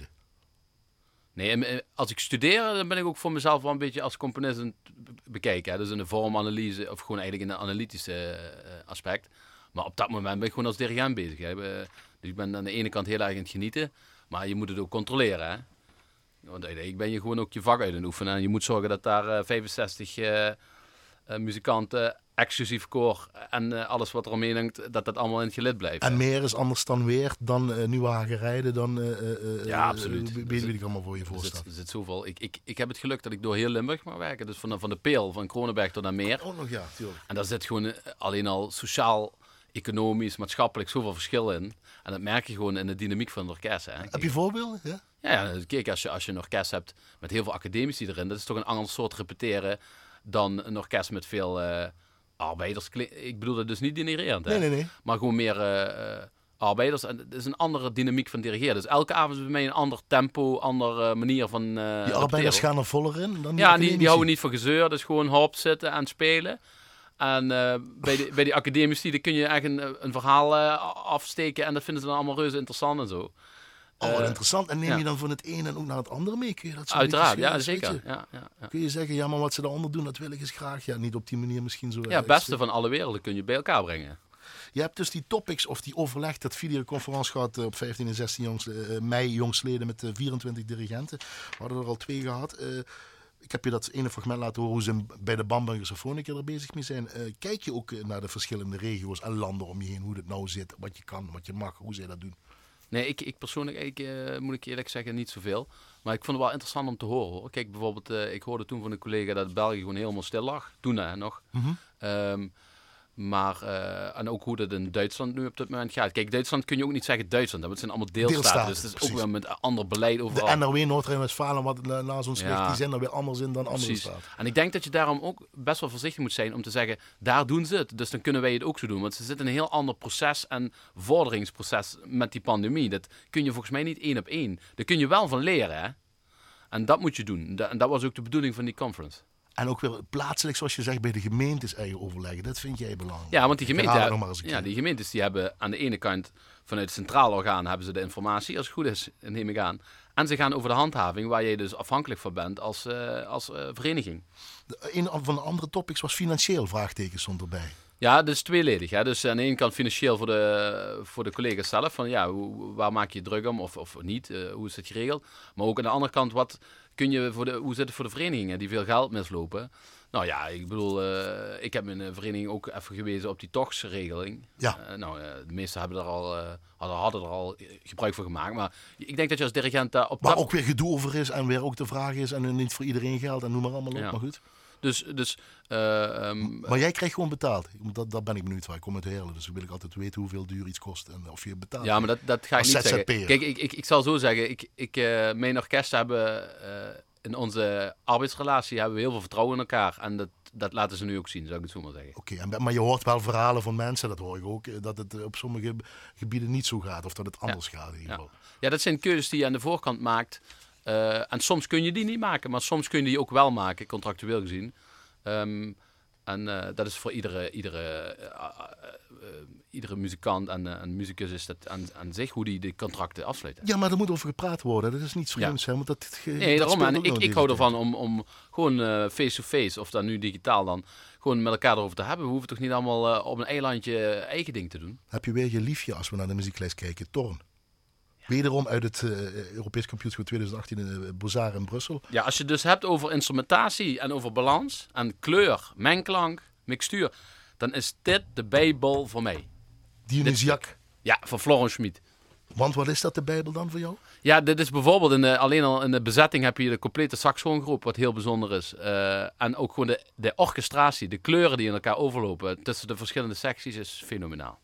Nee, als ik studeer, dan ben ik ook voor mezelf wel een beetje als componist bekijken. Hè? Dus in de vormanalyse of gewoon eigenlijk in een analytische uh, aspect. Maar op dat moment ben ik gewoon als dirigent bezig. Hè? Dus ik ben aan de ene kant heel erg aan het genieten, maar je moet het ook controleren. Hè? Want ik ben je gewoon ook je vak uit aan het oefenen. En je moet zorgen dat daar uh, vijfenzestig uh, uh, muzikanten... exclusief koor en uh, alles wat er omheen hangt, dat dat allemaal in het gelid blijft. En meer is anders dan weer, dan uh, Nieuwe Hagerijden, dan uh, uh, ja, absoluut. Uh, weet ik allemaal voor je voorstel. Er zit zoveel. Ik, ik, ik heb het geluk dat ik door heel Limburg mag werken. Dus van, van de Peel, van Kronenberg tot aan Meer. Oh, nog ja, tuurlijk. En daar zit gewoon uh, alleen al sociaal, economisch, maatschappelijk zoveel verschil in. En dat merk je gewoon in de dynamiek van het orkest. Hè. Heb je voorbeelden? Ja, ja, ja kijk, als je, als je een orkest hebt met heel veel academici erin, dat is toch een ander soort repeteren dan een orkest met veel... Uh, arbeiders, ik bedoel dat dus niet denigrerend, hè? Nee, nee, nee. Maar gewoon meer uh, arbeiders. En het is een andere dynamiek van dirigeren. Dus elke avond is bij mij een ander tempo, andere manier van uh, die arbeiders gaan er voller in dan die ja, die, die houden niet van gezeur. Dus gewoon hop zitten en spelen. En uh, bij, de, bij die academici dan kun je echt een, een verhaal uh, afsteken en dat vinden ze dan allemaal reuze interessant en zo. Oh, wat uh, interessant. En neem ja. je dan van het een en ook naar het andere mee? Kun je dat zo Uiteraard, ja, zeker. Ja, ja, ja. Kun je zeggen, ja, maar wat ze daaronder doen, dat wil ik eens graag. Ja, niet op die manier misschien zo. Ja, het beste van alle werelden kun je bij elkaar brengen. Je hebt dus die topics of die overleg, dat videoconferentie gehad op vijftien en zestien jongs, uh, mei jongstleden met uh, vierentwintig dirigenten. We hadden er al twee gehad. Uh, ik heb je dat ene fragment laten horen hoe ze bij de Bamberger Symfonica er bezig mee zijn. Uh, kijk je ook naar de verschillende regio's en landen om je heen, hoe het nou zit, wat je kan, wat je mag, hoe zij dat doen? Nee, ik, ik persoonlijk, ik, uh, moet ik eerlijk zeggen, niet zoveel. Maar ik vond het wel interessant om te horen, hoor. Kijk, bijvoorbeeld, uh, ik hoorde toen van een collega dat België gewoon helemaal stil lag. Toen hè, nog. Mm-hmm. Um, maar, uh, en ook hoe dat in Duitsland nu op dit moment gaat. Kijk, Duitsland kun je ook niet zeggen Duitsland, want het zijn allemaal deelstaten. Deelstaten, dus het is precies. ook wel met ander beleid overal. De N R W, Noord-Rijn-Westfalen, wat naast ons ligt, Ja. die zijn er weer anders in dan andere Precies. staten. En ik denk dat je daarom ook best wel voorzichtig moet zijn om te zeggen, daar doen ze het. Dus dan kunnen wij het ook zo doen. Want ze zitten in een heel ander proces en vorderingsproces met die pandemie. Dat kun je volgens mij niet één op één. Daar kun je wel van leren, hè. En dat moet je doen. En dat was ook de bedoeling van die conference. En ook weer plaatselijk, zoals je zegt, bij de gemeentes eigen overleggen. Dat vind jij belangrijk. Ja, want die, Ik gemeente, herhaal het nog maar eens een ja, keer. die gemeentes die hebben aan de ene kant vanuit het centraal orgaan hebben ze de informatie, als het goed is, neem ik aan. En ze gaan over de handhaving, waar je dus afhankelijk van bent als, uh, als uh, vereniging. De, een van de andere topics was financieel, vraagteken stond erbij. Ja, dat is tweeledig. Hè? Dus aan de ene kant financieel voor de, voor de collega's zelf. Van, ja, hoe, waar maak je je druk om of, of niet? Uh, hoe is het geregeld? Maar ook aan de andere kant, wat kun je voor de, hoe zit het voor de verenigingen die veel geld mislopen? Nou ja, ik bedoel, uh, ik heb mijn vereniging ook even gewezen op die tochts-regeling. Ja. Uh, nou, uh, de meesten hebben er al, uh, hadden, hadden er al gebruik van gemaakt. Maar ik denk dat je als dirigent daar op Waar dat... ook weer gedoe over is en weer ook de vraag is en niet voor iedereen geldt en noem maar allemaal op. Ja. Maar goed. Dus, dus, uh, um, maar jij krijgt gewoon betaald. Dat, dat ben ik benieuwd waar. Ik kom uit Heerlen, dus dan wil ik altijd weten hoeveel duur iets kost en of je betaalt. Ja, maar dat, dat ga ik niet zeggen. Kijk, ik, ik, ik zal zo zeggen. Ik, ik, uh, mijn orkest hebben uh, in onze arbeidsrelatie hebben we heel veel vertrouwen in elkaar. En dat, dat laten ze nu ook zien, zou ik het zo maar zeggen. Oké, okay, maar je hoort wel verhalen van mensen, dat hoor ik ook, dat het op sommige gebieden niet zo gaat. Of dat het anders ja. gaat in ieder geval. Ja. ja, dat zijn keuzes die je aan de voorkant maakt. Uh, en soms kun je die niet maken, maar soms kun je die ook wel maken, contractueel gezien. Um, en uh, dat is voor iedere, iedere, uh, uh, uh, iedere muzikant en, uh, en muzikus is dat aan, aan zich hoe die de contracten afsluiten. Ja, maar er moet over gepraat worden. Dat is niet vreemd, ja. hè? Want dat, nee, dat daarom. En ik, ik hou ervan om, om gewoon uh, face-to-face, of dan nu digitaal dan, gewoon met elkaar erover te hebben. We hoeven toch niet allemaal uh, op een eilandje eigen ding te doen. Heb je weer je liefje als we naar de muzieklijst kijken, Thorn? Wederom uit het uh, Europees Kampioenschap twintig achttien in uh, Bozar in Brussel. Ja, als je het dus hebt over instrumentatie en over balans en kleur, mengklank, mixtuur, dan is dit de Bijbel voor mij. Dionysiak? Ja, van Florence Schmid. Want wat is dat de Bijbel dan voor jou? Ja, dit is bijvoorbeeld, in de, alleen al in de bezetting heb je de complete saxofongroep, wat heel bijzonder is. Uh, en ook gewoon de, de orchestratie, de kleuren die in elkaar overlopen tussen de verschillende secties is fenomenaal.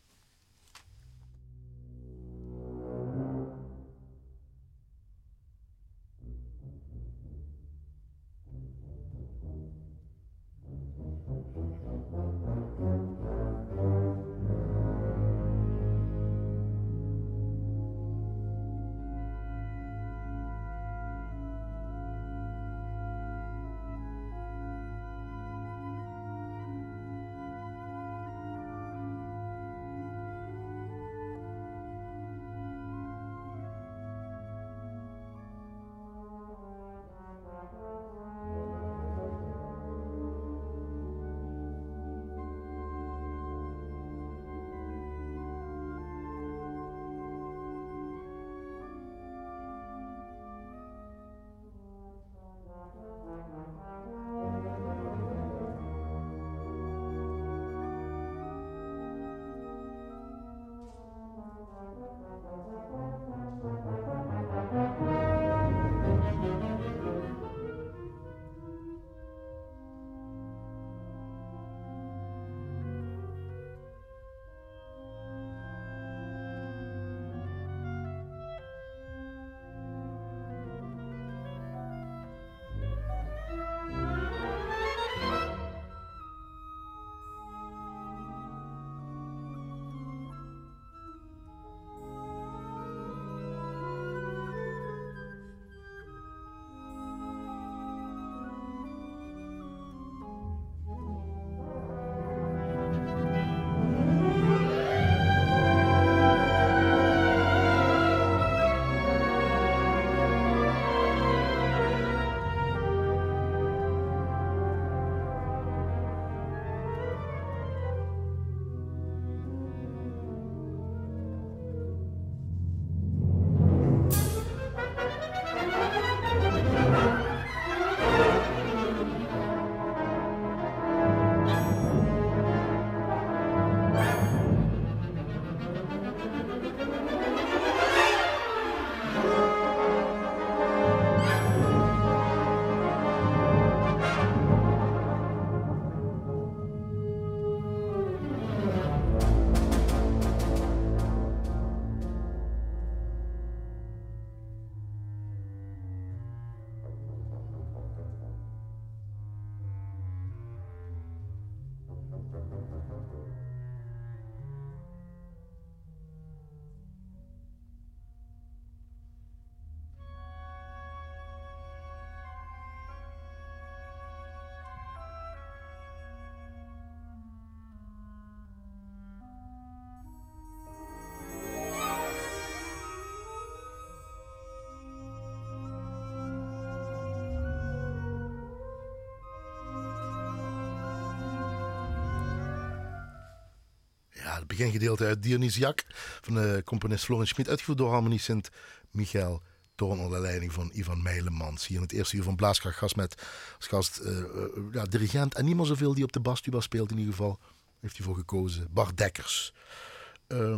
Ja, het begingedeelte uit Dionysiak van de componist Florence Schmid, uitgevoerd door Harmonie Sint-Michael Thorn onder leiding van Ivan Meilemans. Hier in het eerste uur van Blaaskracht gast met als gast uh, uh, ja, dirigent en niemand zoveel die op de bastuba speelt in ieder geval. Heeft hij voor gekozen. Bart Dekkers. Um,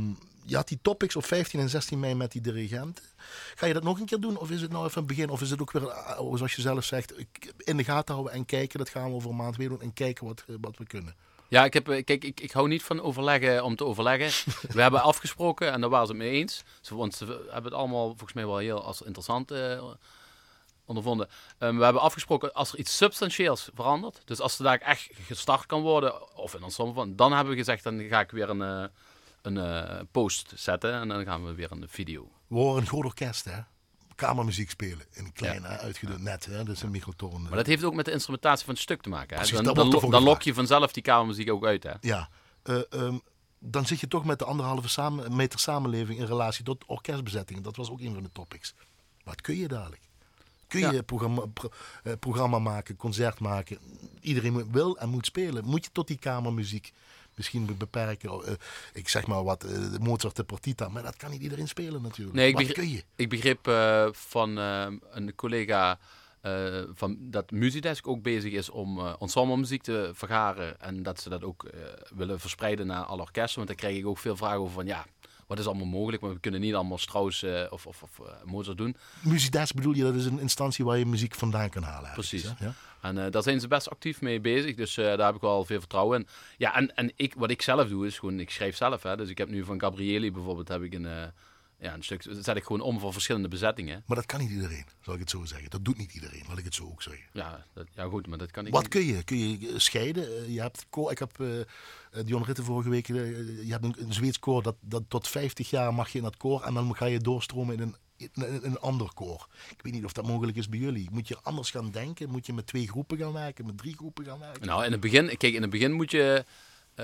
je had die topics op vijftien en zestien mei met die dirigenten. Ga je dat nog een keer doen? Of is het nou even een begin? Of is het ook weer, zoals je zelf zegt, in de gaten houden en kijken. Dat gaan we over een maand weer doen en kijken wat, wat we kunnen. Ja, ik, heb, kijk, ik, ik hou niet van overleggen om te overleggen. We hebben afgesproken en daar waren ze het mee eens. Want ze hebben het allemaal volgens mij wel heel als interessant uh, ondervonden. Um, we hebben afgesproken als er iets substantieels verandert. Dus als er daar echt gestart kan worden, of in ensemble van, dan hebben we gezegd, dan ga ik weer een, uh, een uh, post zetten en dan gaan we weer een video. We horen een groot orkest, hè? Kamermuziek spelen in een klein ja. uitgedund net, hè? Dat is een microtoon. Maar dat heeft ook met de instrumentatie van het stuk te maken. Hè? Precies, dan dan, dan, dan lok je vanzelf die kamermuziek ook uit. Hè? Ja, uh, um, dan zit je toch met de anderhalve samen, meter samenleving in relatie tot orkestbezetting. Dat was ook een van de topics. Wat kun je dadelijk? Kun je ja. programma, pro, uh, programma maken, concert maken? Iedereen wil en moet spelen. Moet je tot die kamermuziek misschien beperken? Uh, ik zeg maar wat, uh, Mozart de Partita, maar dat kan niet iedereen spelen natuurlijk. Nee, ik wat begreep, kun je? Ik begreep uh, van uh, een collega uh, van dat Musidesk ook bezig is om uh, ensemblemuziek te vergaren en dat ze dat ook uh, willen verspreiden naar alle orkesten. Want daar krijg ik ook veel vragen over van ja, wat is allemaal mogelijk, maar we kunnen niet allemaal Strauss uh, of, of, of uh, Mozart doen. Musidesk bedoel je, dat is een instantie waar je muziek vandaan kan halen. Precies. Ja? En uh, daar zijn ze best actief mee bezig, dus uh, daar heb ik wel veel vertrouwen in. Ja, en, en ik, wat ik zelf doe is gewoon, ik schrijf zelf. Hè, dus ik heb nu van Gabrieli bijvoorbeeld, heb ik een, uh, ja, een stuk, zet ik gewoon om voor verschillende bezettingen. Maar dat kan niet iedereen, zal ik het zo zeggen. Dat doet niet iedereen, laat ik het zo ook zeggen. Ja, dat, ja goed, maar dat kan ik Wat niet. kun je? Kun je scheiden? Je hebt koor, ik heb uh, Dion Ritten vorige week, uh, je hebt een, een Zweeds koor, dat, dat tot vijftig jaar mag je in dat koor en dan ga je doorstromen in een In een ander koor. Ik weet niet of dat mogelijk is bij jullie. Moet je anders gaan denken? Moet je met twee groepen gaan werken? Met drie groepen gaan werken? Nou, in het begin, kijk, in het begin moet je, uh,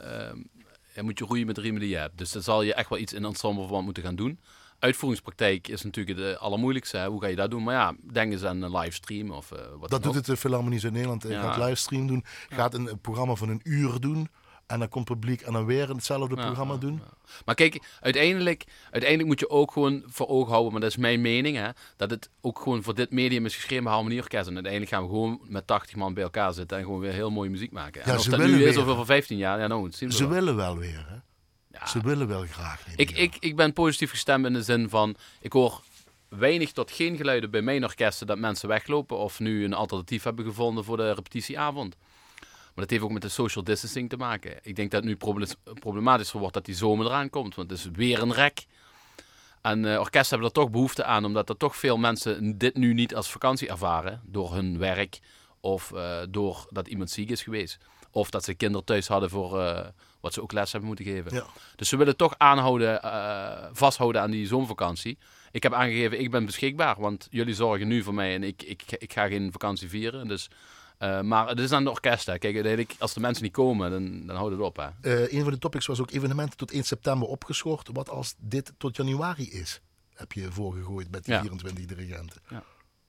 uh, moet je roeien met de riemen die je hebt. Dus dan zal je echt wel iets in ensembleverband moeten gaan doen. Uitvoeringspraktijk is natuurlijk het allermoeilijkste. Hè? Hoe ga je dat doen? Maar ja, denk eens aan een livestream of uh, wat Dat doet ook. het de Philharmonie Zuid-Nederland. Ja. Gaat livestream doen. Gaat een, een programma van een uur doen. En dan komt publiek en dan weer hetzelfde ja, programma doen. Ja, ja. Maar kijk, uiteindelijk, uiteindelijk moet je ook gewoon voor ogen houden, maar dat is mijn mening, hè, dat het ook gewoon voor dit medium is geschreven bij Harmonieorkest. En uiteindelijk gaan we gewoon met tachtig man bij elkaar zitten en gewoon weer heel mooie muziek maken. Ja, en of ze dat willen nu is weer. of over vijftien jaar, ja, nou, zien we Ze wel. willen wel weer, hè? Ja. Ze willen wel graag. Ik, ik, ik ben positief gestemd in de zin van, ik hoor weinig tot geen geluiden bij mijn orkesten dat mensen weglopen of nu een alternatief hebben gevonden voor de repetitieavond. Maar dat heeft ook met de social distancing te maken. Ik denk dat het nu problematisch wordt dat die zomer eraan komt. Want het is weer een rek. En uh, orkesten hebben er toch behoefte aan. Omdat er toch veel mensen dit nu niet als vakantie ervaren. Door hun werk. Of uh, door dat iemand ziek is geweest. Of dat ze kinderen thuis hadden voor uh, wat ze ook les hebben moeten geven. Ja. Dus ze willen toch aanhouden, uh, vasthouden aan die zomervakantie. Ik heb aangegeven, ik ben beschikbaar. Want jullie zorgen nu voor mij. En ik, ik, ik ga geen vakantie vieren. Dus... Uh, maar het is aan de orkesten. Kijk, uiteindelijk, als de mensen niet komen, dan, dan houdt het op. Hè. Uh, een van de topics was ook evenementen tot één september opgeschort. Wat als dit tot januari is? Heb je voorgegooid met die ja. vierentwintig dirigenten. Ja.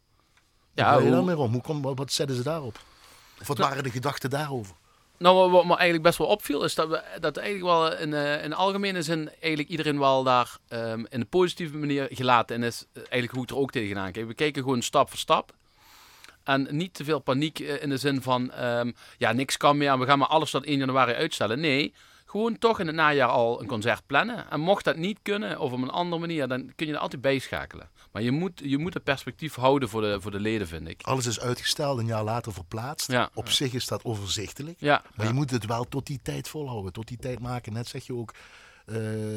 Hoe ga je hoe... dan weer om? Hoe kom, wat, wat zetten ze daarop? Of wat nou, waren de gedachten daarover? Nou, wat me eigenlijk best wel opviel, is dat we dat eigenlijk wel in, uh, in de algemene zin eigenlijk iedereen wel daar um, in een positieve manier gelaten en is. Eigenlijk hoe ik er ook tegenaan kijk. We kijken gewoon stap voor stap. En niet te veel paniek in de zin van, um, ja, niks kan meer en we gaan maar alles tot één januari uitstellen. Nee, gewoon toch in het najaar al een concert plannen. En mocht dat niet kunnen, of op een andere manier, dan kun je er altijd bijschakelen. Maar je moet, je moet het perspectief houden voor de, voor de leden, vind ik. Alles is uitgesteld, een jaar later verplaatst. Ja, Op ja. zich is dat overzichtelijk. Ja, maar ja. je moet het wel tot die tijd volhouden. Tot die tijd maken. Net zeg je ook... Uh,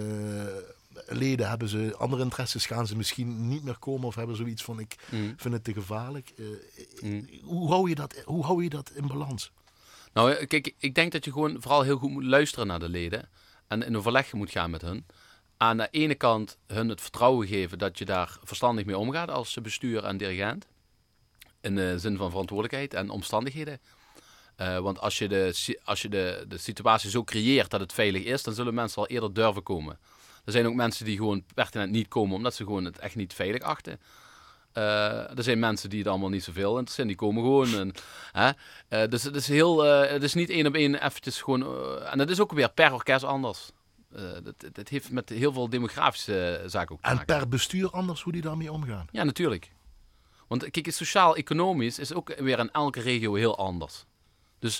leden hebben ze andere interesses, gaan ze misschien niet meer komen of hebben zoiets van ik mm. vind het te gevaarlijk. Uh, mm. hoe, hou je dat, hoe hou je dat in balans? Nou, kijk, ik denk dat je gewoon vooral heel goed moet luisteren naar de leden en in overleg moet gaan met hun. Aan de ene kant hun het vertrouwen geven dat je daar verstandig mee omgaat als bestuur en dirigent. In de zin van verantwoordelijkheid en omstandigheden. Uh, want als je, de, als je de, de situatie zo creëert dat het veilig is, dan zullen mensen al eerder durven komen. Er zijn ook mensen die gewoon pertinent niet komen, omdat ze gewoon het echt niet veilig achten. Uh, er zijn mensen die het allemaal niet zoveel interesseren, die komen gewoon. En, hè? Uh, dus het is, heel, uh, het is niet één op één eventjes gewoon... Uh, en dat is ook weer per orkest anders. Uh, dat, dat heeft met heel veel demografische zaken ook te en maken. En per bestuur anders hoe die daarmee omgaan? Ja, natuurlijk. Want kijk, sociaal-economisch is ook weer in elke regio heel anders. Dus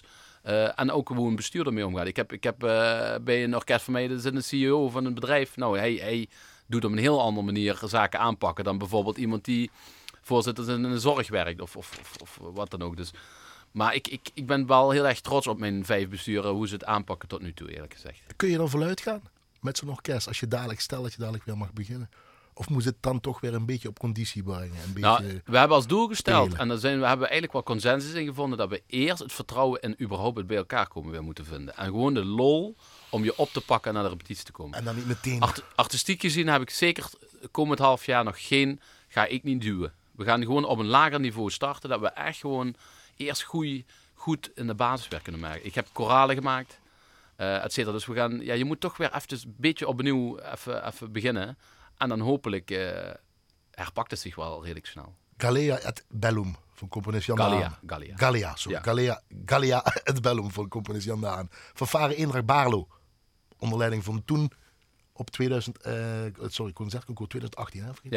Uh, en ook hoe een bestuurder mee omgaat. Ik heb, ik heb uh, bij een orkest van mij, dat is een C E O van een bedrijf. Nou, hij, hij doet op een heel andere manier zaken aanpakken dan bijvoorbeeld iemand die voorzitter in de zorg werkt of, of, of, of wat dan ook. Dus, maar ik, ik, ik ben wel heel erg trots op mijn vijf besturen, hoe ze het aanpakken tot nu toe, eerlijk gezegd. Kun je dan voluit gaan met zo'n orkest als je dadelijk, stel dat je dadelijk weer mag beginnen? Of moet het dan toch weer een beetje op conditie brengen? Een beetje nou, we hebben als doel gesteld, spelen. en daar zijn, we hebben eigenlijk wel consensus in gevonden, dat we eerst het vertrouwen in überhaupt het bij elkaar komen weer moeten vinden. En gewoon de lol om je op te pakken en naar de repetitie te komen. En dan niet meteen... Art, artistiek gezien heb ik zeker komend half jaar nog geen, ga ik niet duwen. We gaan gewoon op een lager niveau starten, dat we echt gewoon eerst goeie, goed in de basis kunnen maken. Ik heb koralen gemaakt, uh, et cetera. Dus we gaan, ja, je moet toch weer even een beetje opnieuw even, even beginnen. En dan hopelijk uh, herpakt het zich wel redelijk snel. Gallia et Bellum van componist Jan Gallia, de Haan. Gallia. Gallia, sorry. Ja. Gallia, Gallia et Bellum van componist Jan de Haan. Fanfare Eendracht Baarlo. Onder leiding van toen op tweeduizend, uh, sorry, Concertconcours twintig achttien. Hè, ja.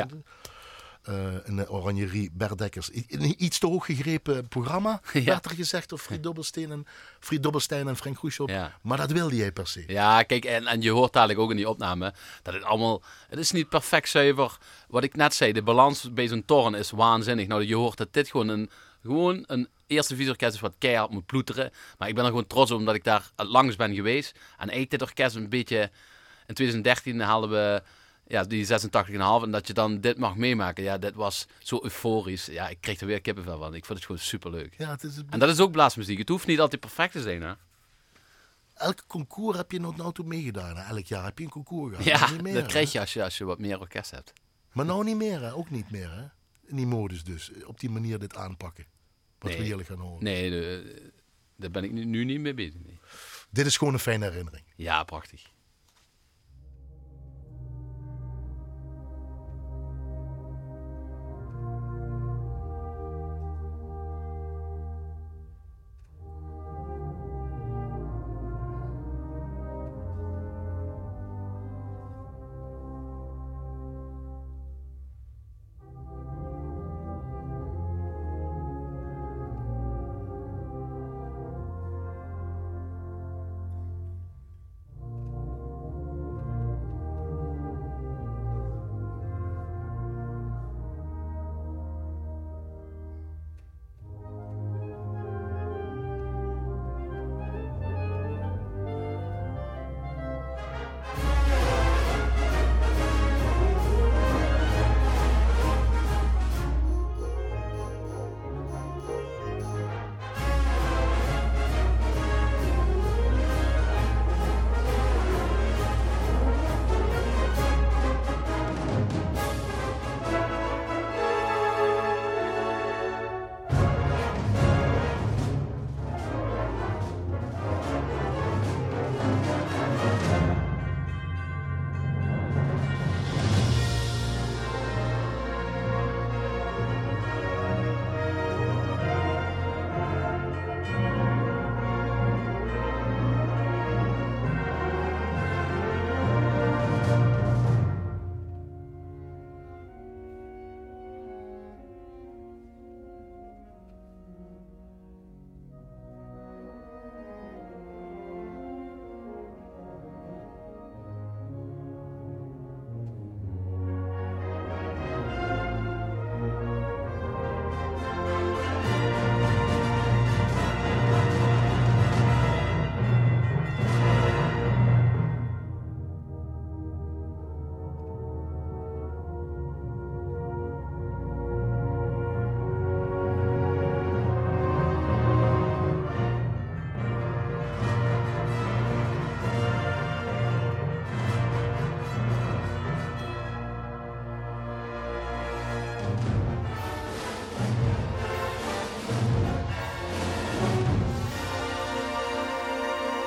Uh, in de Oranjerie Berdekkers. Een iets te hoog gegrepen programma, ja. werd er gezegd door Fried Dobbelstein en, Fried Dobbelstein en Frank Groeshoff. Ja. Maar dat wilde jij per se. Ja, kijk, en, en je hoort dadelijk ook in die opname dat het allemaal... Het is niet perfect zuiver. Wat ik net zei, de balans bij zo'n toren is waanzinnig. Nou, je hoort dat dit gewoon een, gewoon een eerste divisie-orkest is wat keihard moet ploeteren. Maar ik ben er gewoon trots op omdat ik daar langs ben geweest. En eigenlijk dit orkest een beetje... In twintig dertien haalden we... Ja, die zesentachtig komma vijf en dat je dan dit mag meemaken. Ja, dit was zo euforisch. Ja, ik kreeg er weer kippenvel van. Ik vond het gewoon superleuk. Ja, het is een... En dat is ook blaasmuziek. Het hoeft niet altijd perfect te zijn, hè? Elke concours heb je nog nou toe meegedaan. Hè? Elk jaar heb je een concours gehad. Ja, niet meer, dat hè? krijg je als, je als je wat meer orkest hebt. Maar nou niet meer, hè? Ook niet meer, hè? In die modus dus. Op die manier dit aanpakken. Wat nee. we heerlijk gaan horen. Nee, de, daar ben ik nu, nu niet mee bezig. Nee. Dit is gewoon een fijne herinnering. Ja, prachtig.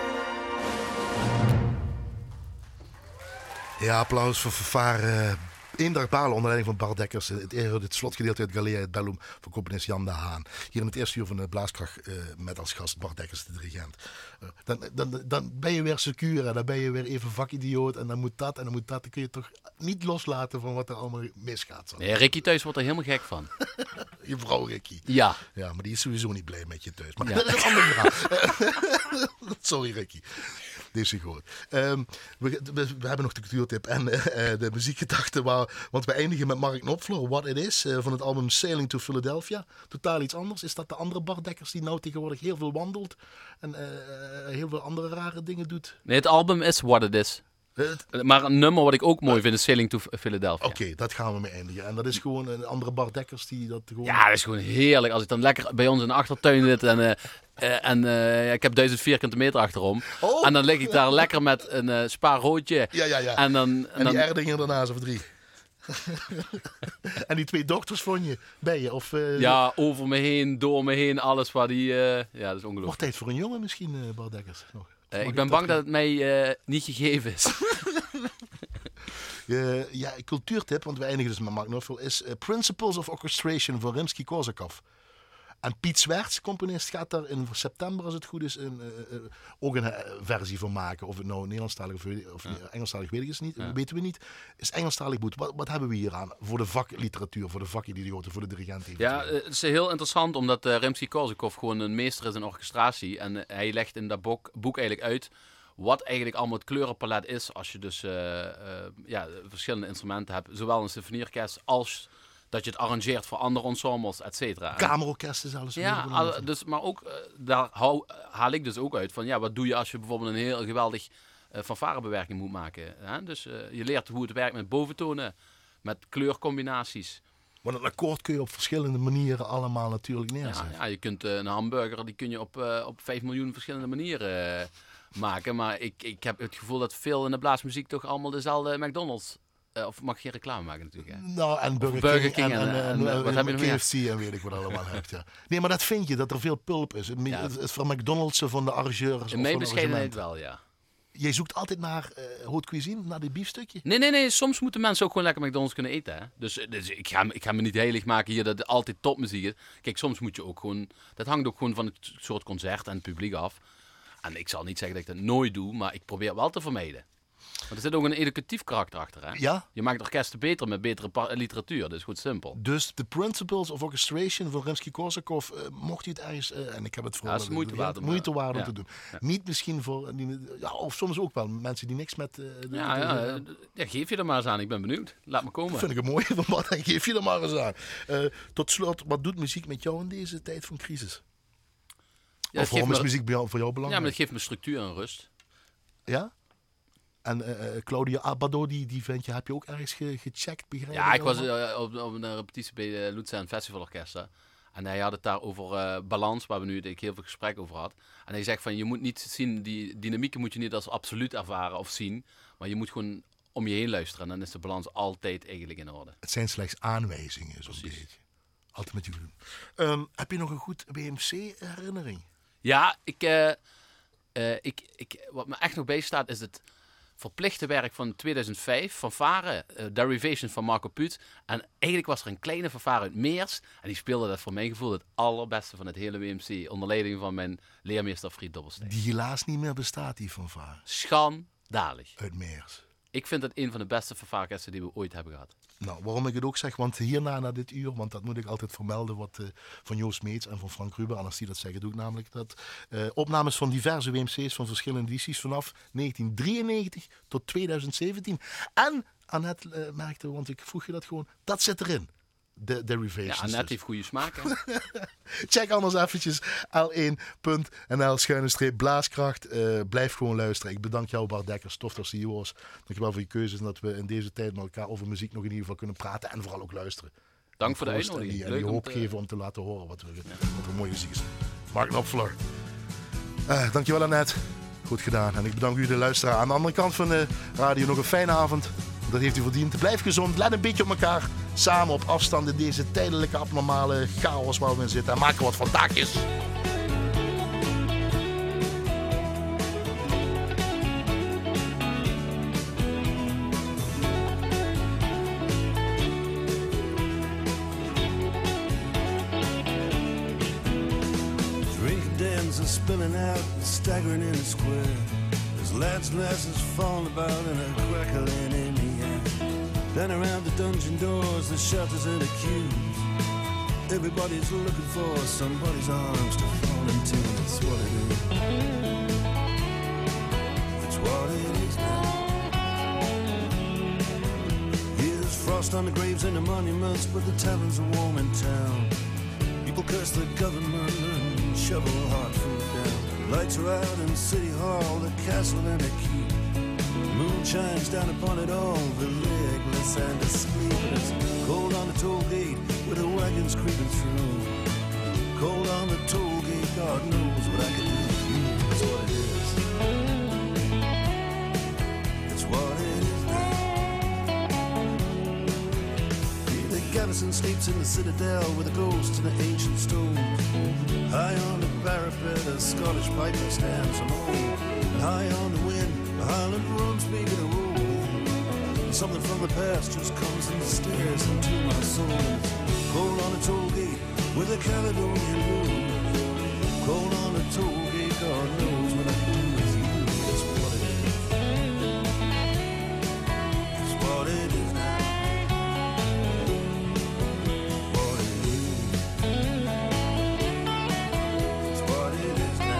Ja, applaus voor Fanfare Eendracht Balen onder leiding van Bart Dekkers. Het, het slotgedeelte uit Galea et Bellum van componist Jan de Haan. Hier in het eerste uur van de Blaaskracht uh, met als gast Bart Dekkers, de dirigent. Uh, dan, dan, dan ben je weer secuur en dan ben je weer even vakidioot en dan moet dat en dan moet dat. Dan kun je toch niet loslaten van wat er allemaal misgaat. Nee, Ricky thuis wordt er helemaal gek van. Je vrouw Ricky. Ja. Ja, maar die is sowieso niet blij met je thuis. Maar ja. dat is een ander verhaal. Sorry Ricky. Deze is goed. Um, we, we, we hebben nog de cultuurtip en uh, de muziekgedachte. Waar, want we eindigen met Mark Knopfler, What It Is, uh, van het album Sailing to Philadelphia. Totaal iets anders. Is dat de andere Bart Dekkers die nou tegenwoordig heel veel wandelt en uh, heel veel andere rare dingen doet? Nee, het album is What It Is. Het... Maar een nummer wat ik ook mooi vind is Sailing to Philadelphia. Oké, okay, dat gaan we mee eindigen. En dat is gewoon een andere Bart Dekkers die dat gewoon... Ja, dat is gewoon heerlijk. Als ik dan lekker bij ons in de achtertuin zit en, uh, uh, en uh, ik heb duizend vierkante meter achterom. Oh. En dan lig ik daar lekker met een uh, spaarroodje. Ja, ja, ja. En, dan, en, en die dan... Erdingen daarnaast of drie. En die twee dochters van je, bij je? Of, uh... Ja, over me heen, door me heen, alles waar die... Uh... Ja, dat is ongelooflijk. Wordt tijd voor een jongen misschien, uh, Bart Dekkers? Nog. Uh, ik ben bang dat het mij uh, niet gegeven is. uh, ja, cultuurtip, want we eindigen dus met Mark Knopfler, is uh, Principles of Orchestration van Rimsky-Korsakov. En Piet Zwerts, componist, gaat daar in september, als het goed is, een, uh, uh, ook een uh, versie van maken. Of het nou Nederlandstalig of, of ja. Engelstalig weet ik het niet, ja. weten we niet. Is Engelstalig goed. Wat, wat hebben we hier aan voor de vakliteratuur, voor de vakidioten, voor de dirigenten? Ja, uh, het is heel interessant, omdat uh, Rimsky-Korsakov gewoon een meester is in orchestratie. En uh, hij legt in dat boek, boek eigenlijk uit wat eigenlijk allemaal het kleurenpalet is als je dus uh, uh, ja, verschillende instrumenten hebt. Zowel een symfonieorkest als... dat je het arrangeert voor andere ensembles, et cetera. Kamerorkesten zelfs. Ja, al, dus, maar ook, uh, daar hou, haal ik dus ook uit van, ja, wat doe je als je bijvoorbeeld een heel geweldig uh, fanfarebewerking moet maken. Hè? Dus uh, je leert hoe het werkt met boventonen, met kleurcombinaties. Want een akkoord kun je op verschillende manieren allemaal natuurlijk neerzetten. Ja, ja, je kunt uh, een hamburger, die kun je op, uh, op vijf miljoen verschillende manieren uh, maken. Maar ik, ik heb het gevoel dat veel in de blaasmuziek toch allemaal dezelfde McDonald's... Uh, of mag je geen reclame maken natuurlijk, hè? Nou, en Burger, Burger King, King en, en, en, en, en, wat heb je nog K F C en weet ik wat allemaal hebt, ja. Nee, maar dat vind je, dat er veel pulp is. Het, ja. het, het van McDonald's, van de arrangeurs. In mijn bescheidenheid wel, ja. Jij zoekt altijd naar uh, haute cuisine, naar dit biefstukje? Nee, nee, nee. Soms moeten mensen ook gewoon lekker McDonald's kunnen eten, hè. Dus, dus ik, ga, ik ga me niet heilig maken hier dat het altijd topmuziek is. Kijk, soms moet je ook gewoon... Dat hangt ook gewoon van het soort concert en het publiek af. En ik zal niet zeggen dat ik dat nooit doe, maar ik probeer wel te vermijden. Maar er zit ook een educatief karakter achter, hè? Ja? Je maakt orkesten beter met betere literatuur, dat is goed simpel. Dus de Principles of Orchestration van Rimsky-Korsakov, uh, mocht je het ergens, uh, en ik heb het voor... Ja, dat is moeite waard om, moeite waard om ja. te doen. Ja. Niet misschien voor, ja, of soms ook wel, mensen die niks met... Uh, de, ja, de, ja, uh, ja, geef je er maar eens aan, ik ben benieuwd. Laat me komen. Dat vind ik een mooie van wat, geef je er maar eens aan. Uh, tot slot, wat doet muziek met jou in deze tijd van crisis? Ja, of waarom is muziek voor jou belangrijk? Ja, maar het geeft me structuur en rust. Ja? En uh, Claudia Abbado, die, die ventje, heb je ook ergens ge, gecheckt, begrijp Ja, ik was uh, op, op een repetitie bij de Luzern Festivalorkest. En hij had het daar over uh, balans, waar we nu ik heel veel gesprek over had. En hij zegt van, je moet niet zien, die dynamieken moet je niet als absoluut ervaren of zien. Maar je moet gewoon om je heen luisteren. En dan is de balans altijd eigenlijk in orde. Het zijn slechts aanwijzingen, zo'n beetje. Altijd met je doen. Um, heb je nog een goed W M C-herinnering? Ja, ik, uh, uh, ik, ik, wat me echt nog bijstaat is het... verplichte werk van tweeduizend vijf, fanfare, uh, Derivation van Marco Puut. En eigenlijk was er een kleine fanfare uit Meers. En die speelde dat voor mijn gevoel het allerbeste van het hele W M C. Onder leiding van mijn leermeester Fried Dobbelsteen. Die helaas niet meer bestaat, die fanfare. Schandalig. Uit Meers. Ik vind het een van de beste fanfareorkesten die we ooit hebben gehad. Nou, waarom ik het ook zeg, want hierna, na dit uur, want dat moet ik altijd vermelden, wat uh, van Joost Meets en van Frank Ruber, en als die dat zeggen, doe ik namelijk dat. Uh, opnames van diverse W M C's van verschillende edities vanaf negentien drieënnegentig tot tweeduizend zeventien. En Annette uh, merkte, want ik vroeg je dat gewoon, dat zit erin. De Derivations. Ja, Annette heeft goede smaak, hè? Check anders eventjes L één punt N L schuine streep blaaskracht. Uh, blijf gewoon luisteren. Ik bedank jou, Bart Dekkers. Tof dat je hier was. Dankjewel voor je keuzes en dat we in deze tijd met elkaar over muziek nog in ieder geval kunnen praten en vooral ook luisteren. Dank voor de uitnodiging. En die, die hoop te... geven om te laten horen wat, we, ja. wat er mooie muziek is. Mark Knopfler. Uh, dankjewel, Annette. Goed gedaan. En ik bedank u, de luisteraar. Aan de andere kant van de radio nog een fijne avond. Dat heeft u verdiend. Blijf gezond. Let een beetje op elkaar. Samen op afstand in deze tijdelijke abnormale chaos waar we in zitten. En maken wat van taakjes. are spilling out, staggering in a square. There's lads and lasses falling about and a crackling in the air. Then around the dungeon doors, the shelters and the queues. Everybody's looking for somebody's arms to fall into. That's what it is. That's what it is now. Here's frost on the graves and the monuments, but the taverns are warm in town. People curse the government and shovel hard food down. Lights are out in City Hall, the castle and the keep. The moon shines down upon it all, the legless and the sleepless. Cold on the toll gate with the wagons creeping through. Cold on the toll gate, God knows what I can do for you. That's what it is. That's what it is now. The garrison sleeps in the citadel with the ghosts and the ancient stones. High on the parapet, a Scottish piper stands alone. And high on the wind, the Highland runs making a roll. And something from the past just comes and stares into my soul. Cold on the toll gate with a Caledonian moon. Cold on the toll gate, God knows what I can do with you. That's what it is. That's what it is now. What it is. That's what it is now.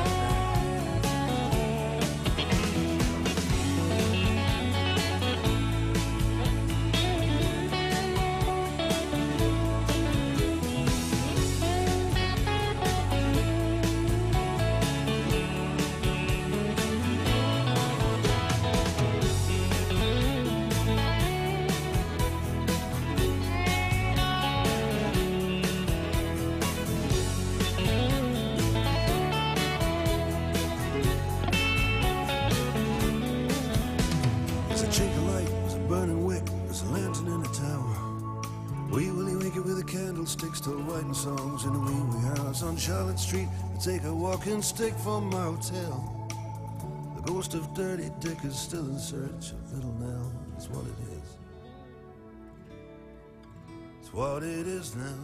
There's a chink of light, there's a burning wick, there's a lantern in the tower. Wee Willie Winky with a candlestick, still writing songs in the wee wee house on Charlotte Street. I take a walking stick from my hotel. The ghost of Dirty Dick is still in search of Little Nell. That's what it is. It's what it is now.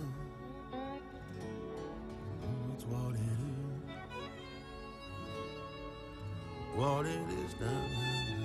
It's what it is. What it is now.